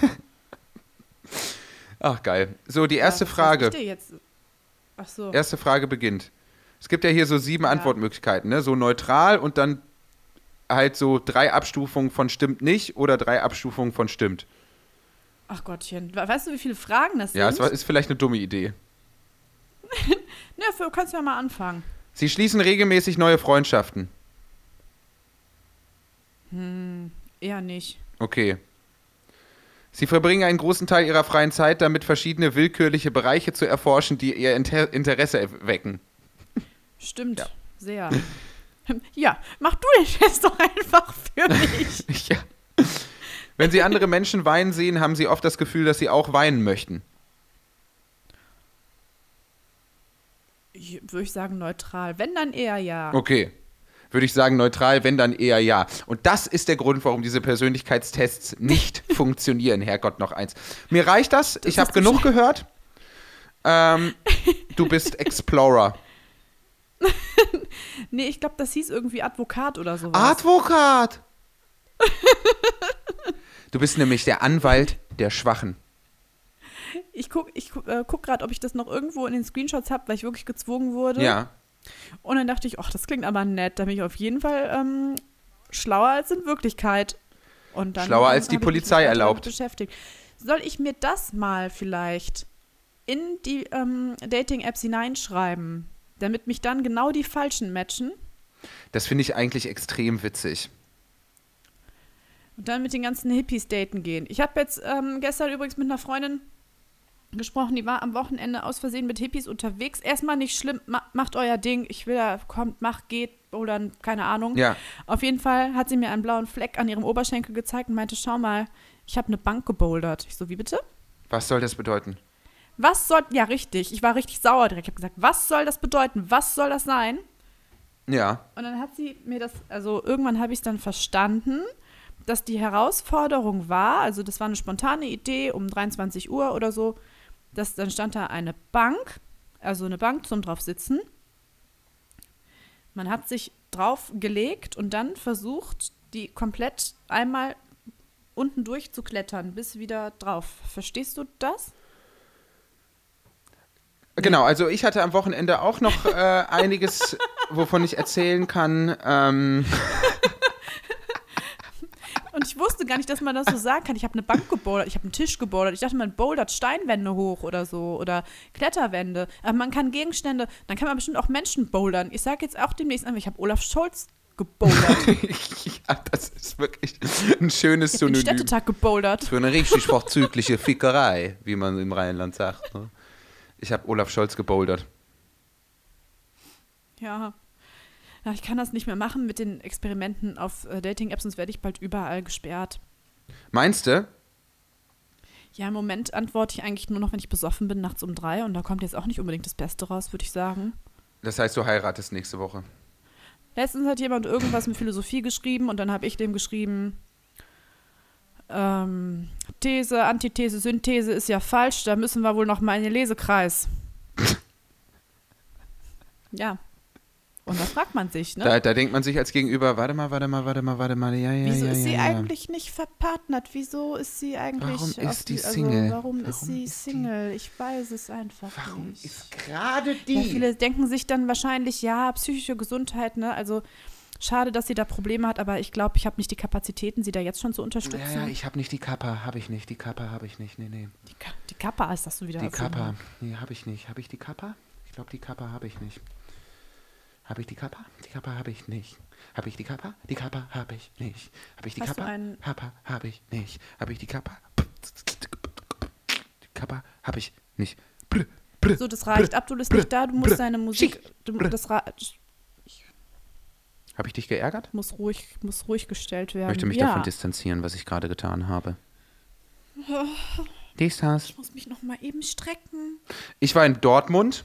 Ach, geil. So, die erste Ja, was Frage. weiß ich dir jetzt? Ach so. Erste Frage beginnt. Es gibt ja hier so sieben Ja. Antwortmöglichkeiten, ne? So neutral und dann halt so drei Abstufungen von stimmt nicht oder drei Abstufungen von stimmt. Ach Gottchen. We- Weißt du, wie viele Fragen das Ja, es sind? war, ist vielleicht eine dumme Idee. Ja, für, kannst du ja mal anfangen. Sie schließen regelmäßig neue Freundschaften. Eher nicht. Okay. Sie verbringen einen großen Teil ihrer freien Zeit damit, verschiedene willkürliche Bereiche zu erforschen, die ihr Inter Interesse wecken. Stimmt. Ja. Sehr. Ja, mach du den Test doch einfach für mich. Ja. Wenn Sie andere Menschen weinen sehen, haben Sie oft das Gefühl, dass Sie auch weinen möchten. Ich, würde ich sagen neutral. Wenn, dann eher ja. Okay. Würde ich sagen, neutral, wenn dann eher ja. Und das ist der Grund, warum diese Persönlichkeitstests nicht funktionieren. Herrgott, noch eins. Mir reicht das. ich habe ist so genug gehört. Ähm, du bist Explorer. Nee, ich glaube, das hieß irgendwie Advokat oder sowas. Advokat! Du bist nämlich der Anwalt der Schwachen. Ich guck, ich gu- äh, guck gerade, ob ich das noch irgendwo in den Screenshots habe, weil ich wirklich gezwungen wurde. Ja. Und dann dachte ich, ach, das klingt aber nett. Da bin ich auf jeden Fall ähm, schlauer als in Wirklichkeit. Und dann, Schlauer ähm, als die hab ich mich Polizei weiter damit erlaubt. Beschäftigt. Soll ich mir das mal vielleicht in die ähm, Dating-Apps hineinschreiben, damit mich dann genau die Falschen matchen? Das finde ich eigentlich extrem witzig. Und dann mit den ganzen Hippies daten gehen. Ich habe jetzt ähm, gestern übrigens mit einer Freundin gesprochen, die war am Wochenende aus Versehen mit Hippies unterwegs. Erstmal nicht schlimm, ma- macht euer Ding. Ich will da, kommt, macht, geht oder keine Ahnung. Ja. Auf jeden Fall hat sie mir einen blauen Fleck an ihrem Oberschenkel gezeigt und meinte, schau mal, ich habe eine Bank gebouldert. Ich so, wie bitte? Was soll das bedeuten? Was soll, ja richtig, ich war richtig sauer direkt. Ich habe gesagt, was soll das bedeuten? Was soll das sein? Ja. Und dann hat sie mir das, also irgendwann habe ich es dann verstanden, dass die Herausforderung war, also das war eine spontane Idee um dreiundzwanzig Uhr oder so, dass dann stand da eine Bank, also eine Bank zum drauf sitzen. Man hat sich drauf gelegt und dann versucht, die komplett einmal unten durchzuklettern, bis wieder drauf. Verstehst du das? Genau, also ich hatte am Wochenende auch noch äh, einiges, wovon ich erzählen kann. Ähm, Und ich wusste gar nicht, dass man das so sagen kann. Ich habe eine Bank gebouldert, ich habe einen Tisch gebouldert. Ich dachte, man bouldert Steinwände hoch oder so oder Kletterwände. Aber man kann Gegenstände, dann kann man bestimmt auch Menschen bouldern. Ich sage jetzt auch demnächst einfach, ich habe Olaf Scholz gebouldert. ja, das ist wirklich ein schönes Ich habe den Synonym Städtetag gebouldert. für eine richtig vorzügliche Fickerei, wie man im Rheinland sagt. Ne? Ich habe Olaf Scholz gebouldert. Ja. Ja, ich kann das nicht mehr machen mit den Experimenten auf äh, Dating-Apps, sonst werde ich bald überall gesperrt. Meinst du? Ja, im Moment antworte ich eigentlich nur noch, wenn ich besoffen bin, nachts um drei. Und da kommt jetzt auch nicht unbedingt das Beste raus, würde ich sagen. Das heißt, du heiratest nächste Woche. Letztens hat jemand irgendwas mit Philosophie geschrieben und dann habe ich dem geschrieben, ähm, These, Antithese, Synthese ist ja falsch, da müssen wir wohl noch mal in den Lesekreis. Ja. Und da fragt man sich, ne? Da, da denkt man sich als Gegenüber, warte mal, warte mal, warte mal, warte mal, ja, ja, Wieso ja, ist sie ja, ja. eigentlich nicht verpartnert? Wieso ist sie eigentlich Warum ist auf die also, Single? warum, ist Warum sie ist die- Single? Ich weiß es einfach Warum nicht. ist gerade die? Ja, viele denken sich dann wahrscheinlich, ja, psychische Gesundheit, ne? Also schade, dass sie da Probleme hat, aber ich glaube, ich habe nicht die Kapazitäten, sie da jetzt schon zu unterstützen. Ja, ja, ich habe nicht die Kappa, habe ich nicht, die Kappa habe ich nicht, nee, nee. die, Ka die Kappa ist, dass du wieder Die erfunden Kappa, hast. nee, habe ich nicht. Habe ich die Kappa? Ich glaube, die Kappa habe ich nicht. Habe ich die Kappa? Die Kappa habe ich nicht. Habe ich die Kappa? Die Kappa habe ich nicht. Habe ich die Hast du Kappa? einen- Kappa habe ich nicht. Habe ich die Kappa? Die Kappa habe ich nicht. Brr, brr, So, das reicht. Abdul ist nicht da, du musst deine Musik, du, das Ra Habe ich dich geärgert? muss ruhig, muss ruhig gestellt werden. Ich möchte mich ja. davon distanzieren, was ich gerade getan habe. Dies, das. Ich muss mich noch mal eben strecken. Ich war in Dortmund.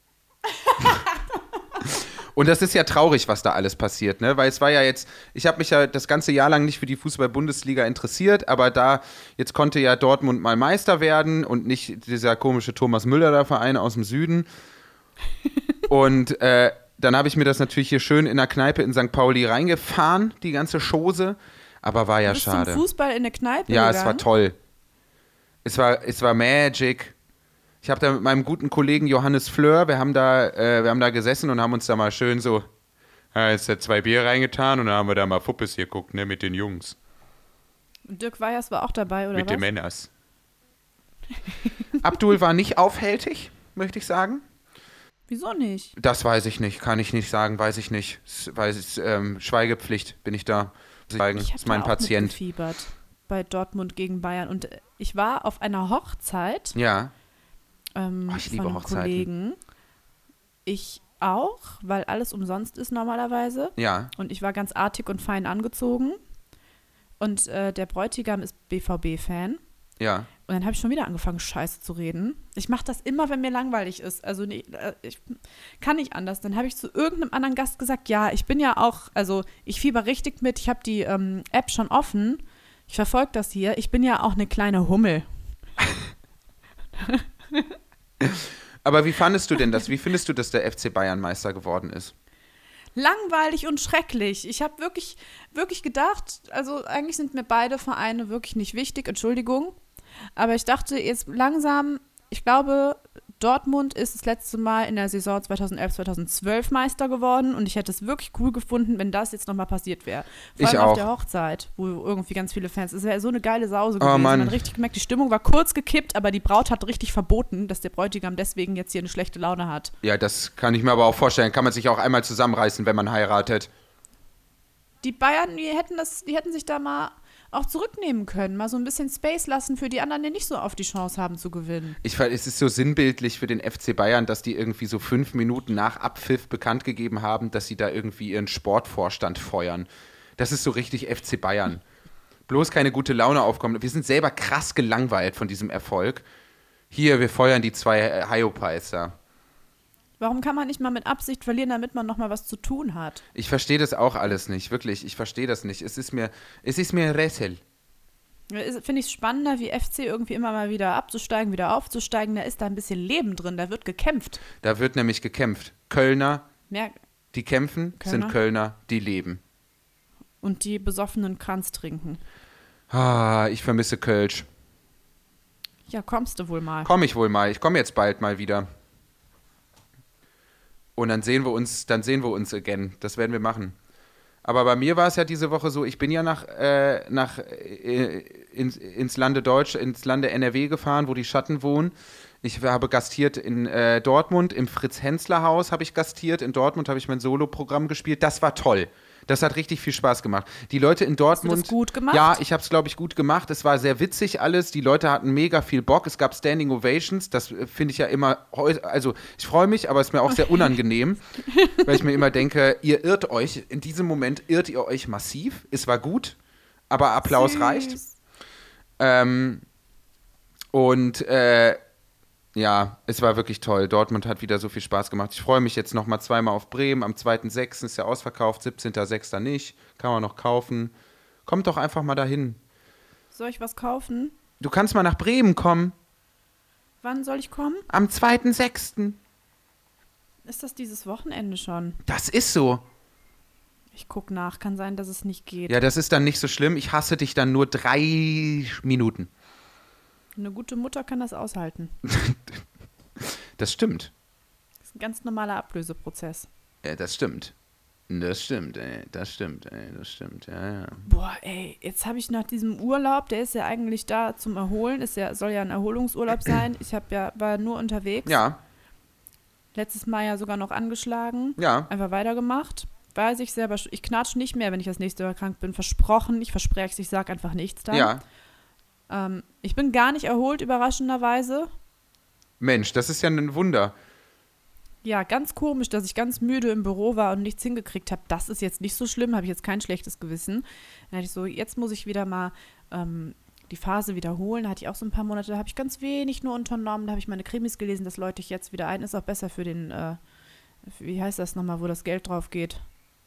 Und das ist ja traurig, was da alles passiert, ne? Weil es war ja jetzt, ich habe mich ja das ganze Jahr lang nicht für die Fußball-Bundesliga interessiert, aber da, jetzt konnte ja Dortmund mal Meister werden und nicht dieser komische Thomas Müller-Verein aus dem Süden. Und äh, dann habe ich mir das natürlich hier schön in der Kneipe in Sankt Pauli reingefahren, die ganze Chose. Aber war ja Du bist schade. zum Fußball in der Kneipe Ja, gegangen? es war toll. Es war, es war Magic. Ich habe da mit meinem guten Kollegen Johannes Fleur, wir haben da, äh, wir haben da gesessen und haben uns da mal schön so, ja, jetzt hat zwei Bier reingetan und dann haben wir da mal Fuppes hier geguckt, ne, mit den Jungs, Und Dirk Weyers war auch dabei, oder mit was? den Männers. Abdul war nicht aufhältig, möchte ich sagen. Wieso nicht? Das weiß ich nicht, kann ich nicht sagen, weiß ich nicht. S- Weiß ich, ähm, Schweigepflicht bin ich da. Sagen. Ich Ist habe mein da auch Patient. mitgefiebert bei Dortmund gegen Bayern. Und äh, ich war auf einer Hochzeit Ja, ähm, Oh, ich liebe von einem Hochzeiten. Kollegen. Ich auch, weil alles umsonst ist normalerweise. ja. Und ich war ganz artig und fein angezogen. Und äh, der Bräutigam ist B V B-Fan. Ja. Und dann habe ich schon wieder angefangen, Scheiße zu reden. Ich mache das immer, wenn mir langweilig ist. Also nee, äh, ich kann nicht anders. Dann habe ich zu irgendeinem anderen Gast gesagt, ja, ich bin ja auch, also ich fieber richtig mit. Ich habe die ähm, App schon offen. Ich verfolge das hier. Ich bin ja auch eine kleine Hummel. Aber wie fandest du denn das? Wie findest du, dass der F C Bayern Meister geworden ist? Langweilig und schrecklich. Ich habe wirklich, wirklich gedacht, also eigentlich sind mir beide Vereine wirklich nicht wichtig, Entschuldigung. Aber ich dachte jetzt langsam, ich glaube, Dortmund ist das letzte Mal in der Saison zweitausendelf, zweitausendzwölf Meister geworden und ich hätte es wirklich cool gefunden, wenn das jetzt nochmal passiert wäre. Vor Ich allem auch. auf der Hochzeit, wo irgendwie ganz viele Fans, es wäre so eine geile Sause gewesen. Mann. Man hat richtig gemerkt, die Stimmung war kurz gekippt, aber die Braut hat richtig verboten, dass der Bräutigam deswegen jetzt hier eine schlechte Laune hat. Ja, das kann ich mir aber auch vorstellen. Kann man sich auch einmal zusammenreißen, wenn man heiratet. Die Bayern, die hätten das, die hätten sich da mal auch zurücknehmen können, mal so ein bisschen Space lassen für die anderen, die nicht so oft die Chance haben zu gewinnen. Ich fand, es ist so sinnbildlich für den F C Bayern, dass die irgendwie so fünf Minuten nach Abpfiff bekannt gegeben haben, dass sie da irgendwie ihren Sportvorstand feuern. Das ist so richtig F C Bayern. Bloß keine gute Laune aufkommen. Wir sind selber krass gelangweilt von diesem Erfolg. Hier, wir feuern die zwei äh, Hyopies da. Warum kann man nicht mal mit Absicht verlieren, damit man noch mal was zu tun hat? Ich verstehe das auch alles nicht, wirklich. Ich verstehe das nicht. Es ist mir, es ist mir ein Rätsel. Finde ich es spannender, wie F C irgendwie immer mal wieder abzusteigen, wieder aufzusteigen. Da ist da ein bisschen Leben drin, da wird gekämpft. Da wird nämlich gekämpft. Kölner, Mehr die kämpfen, Kölner? sind Kölner, die leben. und die besoffenen Kranz trinken. Ah, ich vermisse Kölsch. Ja, kommst du wohl mal. Komm ich wohl mal. Ich komme jetzt bald mal wieder. Und dann sehen wir uns, dann sehen wir uns again. Das werden wir machen. Aber bei mir war es ja diese Woche so, ich bin ja nach, äh, nach äh, ins, ins Lande Deutsch, ins Lande N R W gefahren, wo die Schatten wohnen. Ich habe gastiert in äh, Dortmund, im Fritz-Hensler-Haus habe ich gastiert. In Dortmund habe ich mein Soloprogramm gespielt. Das war toll. Das hat richtig viel Spaß gemacht. Die Leute in Dortmund. Hast du das gut gemacht? Ja, ich habe es, glaube ich, gut gemacht. Es war sehr witzig alles. Die Leute hatten mega viel Bock. Es gab Standing Ovations. Das äh, finde ich ja immer, heu- also ich freue mich, aber es ist mir auch sehr unangenehm, weil ich mir immer denke, ihr irrt euch. In diesem Moment irrt ihr euch massiv. Es war gut, aber Applaus Süß. reicht. Ähm, und äh, ja, es war wirklich toll. Dortmund hat wieder so viel Spaß gemacht. Ich freue mich jetzt noch mal zweimal auf Bremen. Am zweiten sechsten ist ja ausverkauft, siebzehnten sechsten nicht. Kann man noch kaufen. Kommt doch einfach mal dahin. Soll ich was kaufen? Du kannst mal nach Bremen kommen. Wann soll ich kommen? Am zweiten sechsten Ist das dieses Wochenende schon? Das ist so. Ich guck nach. Kann sein, dass es nicht geht. Ja, das ist dann nicht so schlimm. Ich hasse dich dann nur drei Minuten. Eine gute Mutter kann das aushalten. Das stimmt. Das ist ein ganz normaler Ablöseprozess. Ja, das stimmt. Das stimmt, ey. Das stimmt, ey. Das stimmt, ja, ja. Boah, ey, jetzt habe ich nach diesem Urlaub, der ist ja eigentlich da zum Erholen, ist ja, soll ja ein Erholungsurlaub sein. Ich hab ja, war nur unterwegs. Ja, Letztes Mal ja sogar noch angeschlagen. ja. Einfach weitergemacht. Weiß ich selber, ich knatsch nicht mehr, wenn ich das nächste Mal krank bin. Versprochen, ich verspreche es, ich sage einfach nichts dann. Ja. Ähm, ich bin gar nicht erholt, überraschenderweise. Mensch, das ist ja ein Wunder. Ja, ganz komisch, dass ich ganz müde im Büro war und nichts hingekriegt habe. Das ist jetzt nicht so schlimm, habe ich jetzt kein schlechtes Gewissen. Dann hatte ich so, jetzt muss ich wieder mal ähm, die Phase wiederholen. Da hatte ich auch so ein paar Monate, da habe ich ganz wenig nur unternommen. Da habe ich meine Krimis gelesen, das läute ich jetzt wieder ein. Ist auch besser für den, äh, wie heißt das nochmal, wo das Geld drauf geht?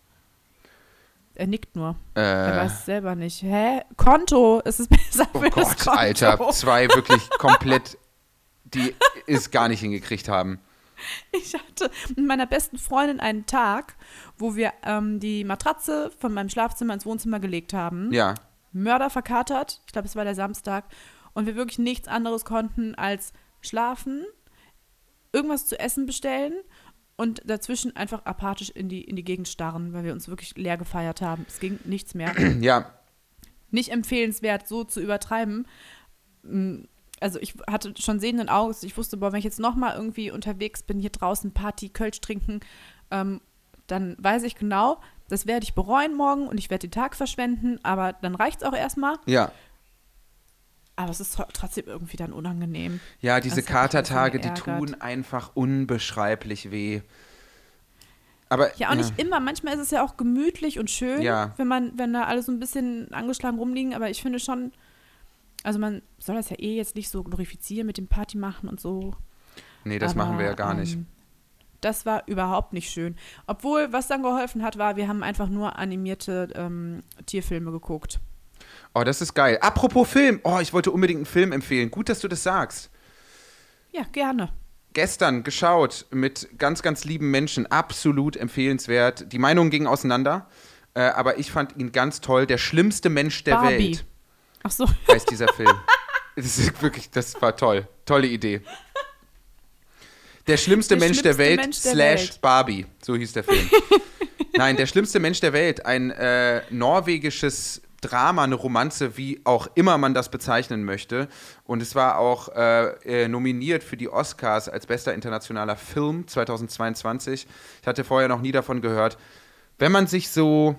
Er nickt nur. Äh, Er weiß es selber nicht. Hä? Konto! Es ist besser oh für das Gott, Konto. Alter. Zwei wirklich komplett, die es gar nicht hingekriegt haben. Ich hatte mit meiner besten Freundin einen Tag, wo wir ähm, die Matratze von meinem Schlafzimmer ins Wohnzimmer gelegt haben. Ja. Mörder verkatert. Ich glaube, es war der Samstag. Und wir wirklich nichts anderes konnten als schlafen, irgendwas zu essen bestellen und dazwischen einfach apathisch in die, in die Gegend starren, weil wir uns wirklich leer gefeiert haben. Es ging nichts mehr. Ja. Nicht empfehlenswert, so zu übertreiben. Also ich hatte schon sehenden Auges. Ich wusste, boah, wenn ich jetzt nochmal irgendwie unterwegs bin, hier draußen Party, Kölsch trinken, ähm, dann weiß ich genau, das werde ich bereuen morgen und ich werde den Tag verschwenden, aber dann reicht es auch erstmal. Ja. Aber es ist tr- trotzdem irgendwie dann unangenehm. Ja, diese Das hat mich ein bisschen Katertage, die geärgert. tun einfach unbeschreiblich weh. Aber, Ja, auch nicht immer. Manchmal ist es ja auch gemütlich und schön, Ja. wenn man, wenn da alle so ein bisschen angeschlagen rumliegen. Aber ich finde schon, also man soll das ja eh jetzt nicht so glorifizieren mit dem Party machen und so. Nee, das Aber, machen wir ja gar nicht. ähm, Das war überhaupt nicht schön. Obwohl, was dann geholfen hat, war, wir haben einfach nur animierte ähm, Tierfilme geguckt. Oh, das ist geil. Apropos Film. Oh, ich wollte unbedingt einen Film empfehlen. Gut, dass du das sagst. Ja, gerne. Gestern geschaut mit ganz, ganz lieben Menschen. Absolut empfehlenswert. Die Meinungen gingen auseinander. Äh, aber ich fand ihn ganz toll. Der schlimmste Mensch der Barbie. Welt Ach so. heißt dieser Film. Das ist wirklich, das war toll. Tolle Idee. Der schlimmste Der Mensch der schlimmste Welt Mensch der slash Welt. Barbie. So hieß der Film. Nein, der schlimmste Mensch der Welt. Ein äh, norwegisches Drama, eine Romanze, wie auch immer man das bezeichnen möchte. Und es war auch äh, äh, nominiert für die Oscars als bester internationaler Film zweitausendzweiundzwanzig. Ich hatte vorher noch nie davon gehört. Wenn man sich so,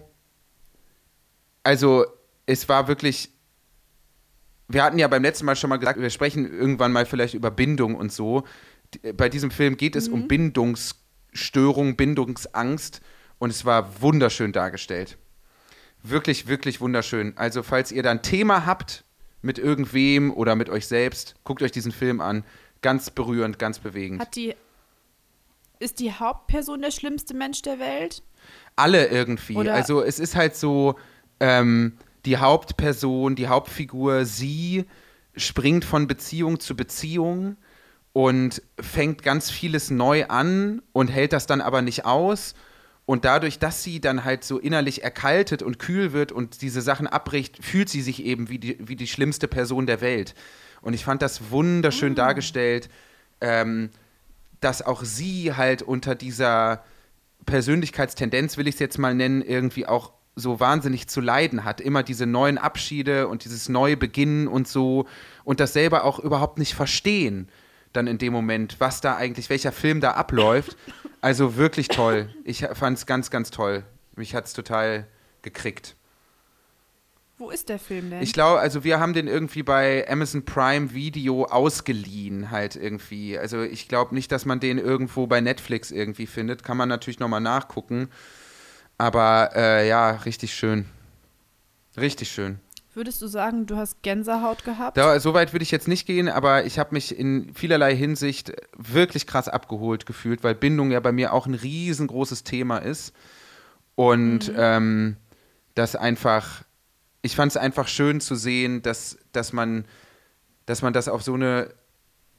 also es war wirklich, wir hatten ja beim letzten Mal schon mal gesagt, wir sprechen irgendwann mal vielleicht über Bindung und so. Bei diesem Film geht es um Bindungsstörung, Bindungsangst und es war wunderschön dargestellt. Wirklich, wirklich wunderschön. Also falls ihr da ein Thema habt mit irgendwem oder mit euch selbst, guckt euch diesen Film an. Ganz berührend, ganz bewegend. Hat die, ist die Hauptperson der schlimmste Mensch der Welt? Alle irgendwie. Oder- Also es ist halt so, ähm, die Hauptperson, die Hauptfigur, sie springt von Beziehung zu Beziehung und fängt ganz vieles neu an und hält das dann aber nicht aus. Und dadurch, dass sie dann halt so innerlich erkaltet und kühl wird und diese Sachen abbricht, fühlt sie sich eben wie die, wie die schlimmste Person der Welt. Und ich fand das wunderschön dargestellt, ähm, dass auch sie halt unter dieser Persönlichkeitstendenz, will ich es jetzt mal nennen, irgendwie auch so wahnsinnig zu leiden hat. Immer diese neuen Abschiede und dieses neue Beginnen und so. Und das selber auch überhaupt nicht verstehen dann in dem Moment, was da eigentlich, welcher Film da abläuft. Also wirklich toll. Ich fand es ganz, ganz toll. Mich hat es total gekriegt. Wo ist der Film denn? Ich glaube, also wir haben den irgendwie bei Amazon Prime Video ausgeliehen halt irgendwie. Also ich glaube nicht, dass man den irgendwo bei Netflix irgendwie findet. Kann man natürlich nochmal nachgucken. Aber äh, ja, richtig schön. Richtig schön. Würdest du sagen, du hast Gänsehaut gehabt? Da, so weit würde ich jetzt nicht gehen, aber ich habe mich in vielerlei Hinsicht wirklich krass abgeholt gefühlt, weil Bindung ja bei mir auch ein riesengroßes Thema ist. Und mhm. ähm, das einfach, ich fand es einfach schön zu sehen, dass, dass, man, dass man das auf so eine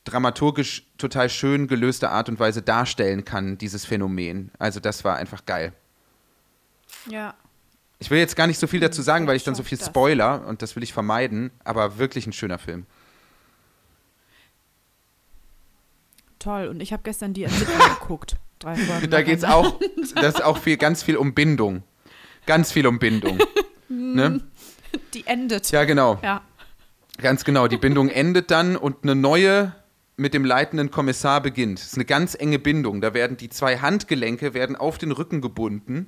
dramaturgisch total schön gelöste Art und Weise darstellen kann, dieses Phänomen. Also das war einfach geil. Ja. Ich will jetzt gar nicht so viel dazu sagen, weil ich dann so Schafft viel das. spoiler und das will ich vermeiden, aber wirklich ein schöner Film. Toll. Und ich habe gestern die Ermittler geguckt. Drei Folgen. Da geht's auch, das ist auch viel, ganz viel um Bindung. Ganz viel um Bindung. Ne? Die endet. Ja, genau. Ja. Ganz genau. Die Bindung endet dann und eine neue mit dem leitenden Kommissar beginnt. Das ist eine ganz enge Bindung. Da werden die zwei Handgelenke werden auf den Rücken gebunden.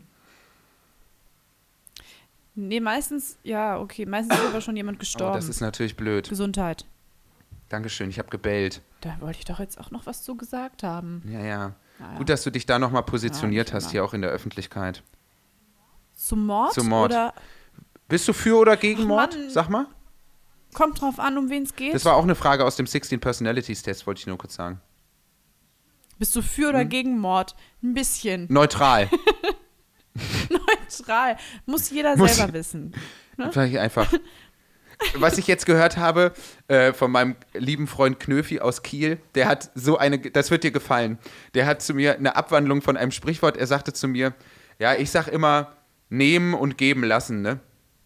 Nee, meistens, ja, okay. Meistens ist aber schon jemand Oh, gestorben. das ist natürlich blöd. Gesundheit. Dankeschön, ich habe gebellt. Da wollte ich doch jetzt auch noch was zu gesagt haben. Ja, ja. Naja. Gut, dass du dich da nochmal positioniert Ja, nicht hast, immer. hier auch in der Öffentlichkeit. Zum Mord? Zum Mord. Oder Bist du für oder gegen Ach, Mord? Mann. Sag mal. kommt drauf an, um wen es geht? Das war auch eine Frage aus dem sechzehn Personalities Test, wollte ich nur kurz sagen. Bist du für Hm? oder gegen Mord? Ein bisschen. Neutral. Neutral. Muss jeder Muss- selber wissen. Vielleicht einfach. Was ich jetzt gehört habe äh, von meinem lieben Freund Knöfi aus Kiel, der hat so eine, das wird dir gefallen, der hat zu mir eine Abwandlung von einem Sprichwort, er sagte zu mir, ja, ich sag immer, nehmen und geben lassen, ne?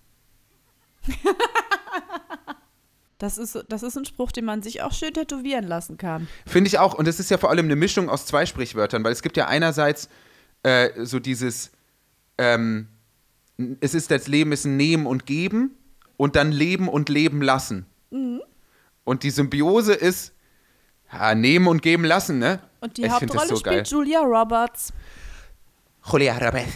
Das ist, das ist ein Spruch, den man sich auch schön tätowieren lassen kann. Finde ich auch, und es ist ja vor allem eine Mischung aus zwei Sprichwörtern, weil es gibt ja einerseits äh, so dieses, ähm, es ist das Leben ist ein Nehmen und Geben und dann Leben und Leben lassen. Mhm. Und die Symbiose ist ja, Nehmen und Geben lassen, ne? Und die Ich find das Hauptrolle so geil. spielt Julia Roberts. Julia Roberts.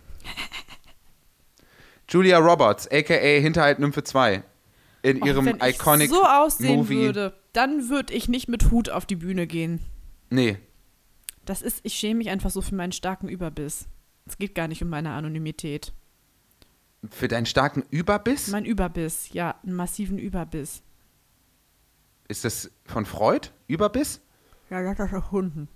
Julia Roberts, a k a. Hinterhalt Nymphe zwei. In Och, ihrem wenn ich iconic so aussehen Movie. würde, dann würde ich nicht mit Hut auf die Bühne gehen. Nee. Das ist, ich schäme mich einfach so für meinen starken Überbiss. Es geht gar nicht um meine Anonymität. Für deinen starken Überbiss? Mein Überbiss, ja, einen massiven Überbiss. Ist das von Freud? Überbiss? Ja, das ist auch Hunden.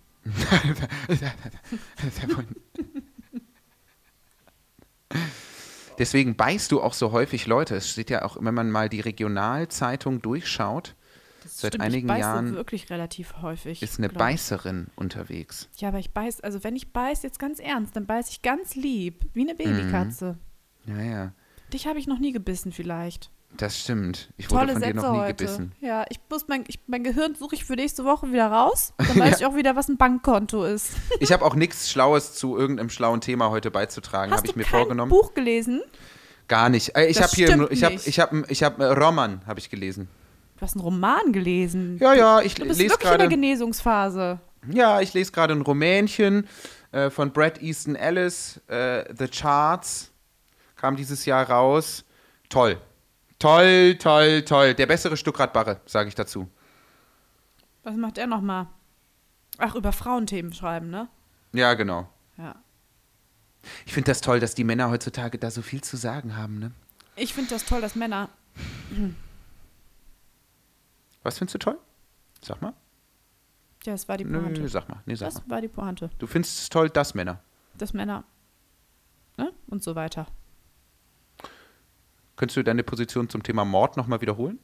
Deswegen beißt du auch so häufig Leute. Es steht ja auch, wenn man mal die Regionalzeitung durchschaut, Das seit stimmt, einigen ich beiße Jahren wirklich relativ häufig. ist eine glaub ich. Beißerin unterwegs. Ja, aber ich beiß, also wenn ich beiß, jetzt ganz ernst, dann beiß ich ganz lieb, wie eine Babykatze. Ja, ja, Dich habe ich noch nie gebissen vielleicht. das stimmt. Ich wurde Tolle von dir Sätze noch nie heute. gebissen. Ja, ich muss mein, ich, mein Gehirn suche ich für nächste Woche wieder raus. Dann weiß ich auch wieder, was ein Bankkonto ist. Ich habe auch nichts Schlaues zu irgendeinem schlauen Thema heute beizutragen, Hast habe ich du mir kein vorgenommen. Buch gelesen? Gar nicht. Äh, Ich Das habe hier, stimmt ich habe, nicht. ich habe, ich habe, äh, Roman habe ich gelesen. Du hast einen Roman gelesen. Ja, ja, ich Du bist lese wirklich in der gerade. Genesungsphase. Ja, ich lese gerade ein Rumänchen äh, von Bret Easton Ellis, äh, The Charts, kam dieses Jahr raus. Toll. Toll, toll, toll. Der bessere Stuckrad-Barre, sage ich dazu. Was macht er nochmal? Ach, über Frauenthemen schreiben, ne? Ja, genau. Ja. Ich finde das toll, dass die Männer heutzutage da so viel zu sagen haben, ne? Ich finde das toll, dass Männer. Was findest du toll? Sag mal. Ja, das war die Pointe. Nö, sag mal. Nee, sag Das mal. war die Pointe. Du findest es toll, dass Männer. Dass Männer. Ne? Und so weiter. Könntest du deine Position zum Thema Mord nochmal wiederholen?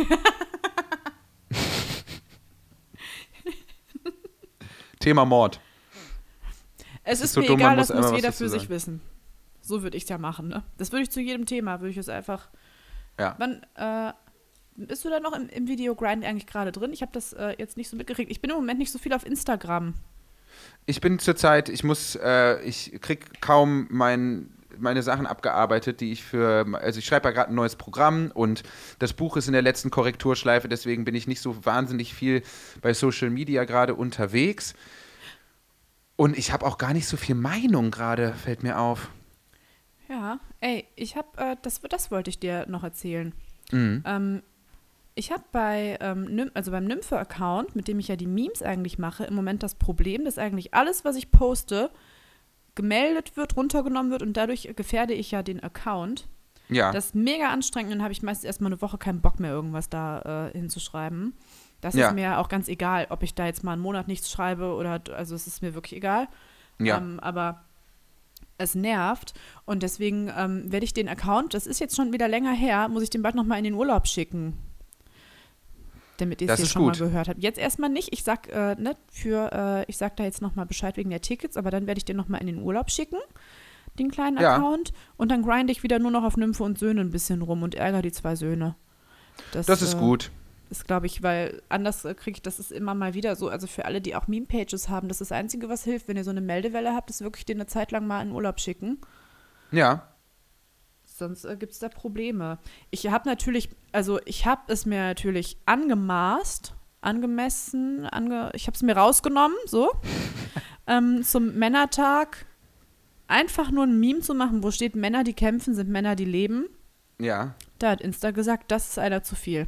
Thema Mord. Es ist ist so mir dumm, man egal, muss das muss einmal was jeder dazu für sich sagen. wissen. So würde ich es ja machen, ne? Das würde ich zu jedem Thema, würde ich es einfach. Ja. Wann, äh, bist du da noch im, im Videogrind eigentlich gerade drin? Ich habe das äh, jetzt nicht so mitgekriegt. Ich bin im Moment nicht so viel auf Instagram. Ich bin zurzeit, ich muss, äh, ich krieg kaum mein, meine Sachen abgearbeitet, die ich für, also ich schreibe ja gerade ein neues Programm und das Buch ist in der letzten Korrekturschleife, deswegen bin ich nicht so wahnsinnig viel bei Social Media gerade unterwegs. Und ich habe auch gar nicht so viel Meinung gerade, fällt mir auf. Ja, ey, ich habe, äh, das, das wollte ich dir noch erzählen. Mhm. Ähm, ich habe bei, ähm, Nym- also beim Nymphe-Account, mit dem ich ja die Memes eigentlich mache, im Moment das Problem, dass eigentlich alles, was ich poste, gemeldet wird, runtergenommen wird und dadurch gefährde ich ja den Account. Ja. Das ist mega anstrengend und dann habe ich meistens erstmal eine Woche keinen Bock mehr, irgendwas da äh, hinzuschreiben. Das Ja. ist mir auch ganz egal, ob ich da jetzt mal einen Monat nichts schreibe oder, also es ist mir wirklich egal. ja. Ähm, aber es nervt und deswegen ähm, werde ich den Account, das ist jetzt schon wieder länger her, muss ich den bald nochmal in den Urlaub schicken. damit ihr es Das hier ist schon gut. mal gehört habt. Jetzt erstmal nicht. Ich sag, äh, ne, für, äh, ich sag da jetzt nochmal Bescheid wegen der Tickets, aber dann werde ich den nochmal in den Urlaub schicken, den kleinen Ja. Account. Und dann grinde ich wieder nur noch auf Nymphe und Söhne ein bisschen rum und ärgere die zwei Söhne. Das ist äh, gut. Ist, glaube ich, weil anders äh, kriege ich, das ist immer mal wieder so, also für alle, die auch Meme-Pages haben, das ist das Einzige, was hilft, wenn ihr so eine Meldewelle habt, ist wirklich den eine Zeit lang mal in den Urlaub schicken. Ja. Sonst äh, gibt es da Probleme. Ich habe natürlich, also ich habe es mir natürlich angemaßt, angemessen, ange, ich habe es mir rausgenommen, so, ähm, zum Männertag einfach nur ein Meme zu machen, wo steht, Männer, die kämpfen, sind Männer, die leben. Ja. Da hat Insta gesagt, das ist einer zu viel.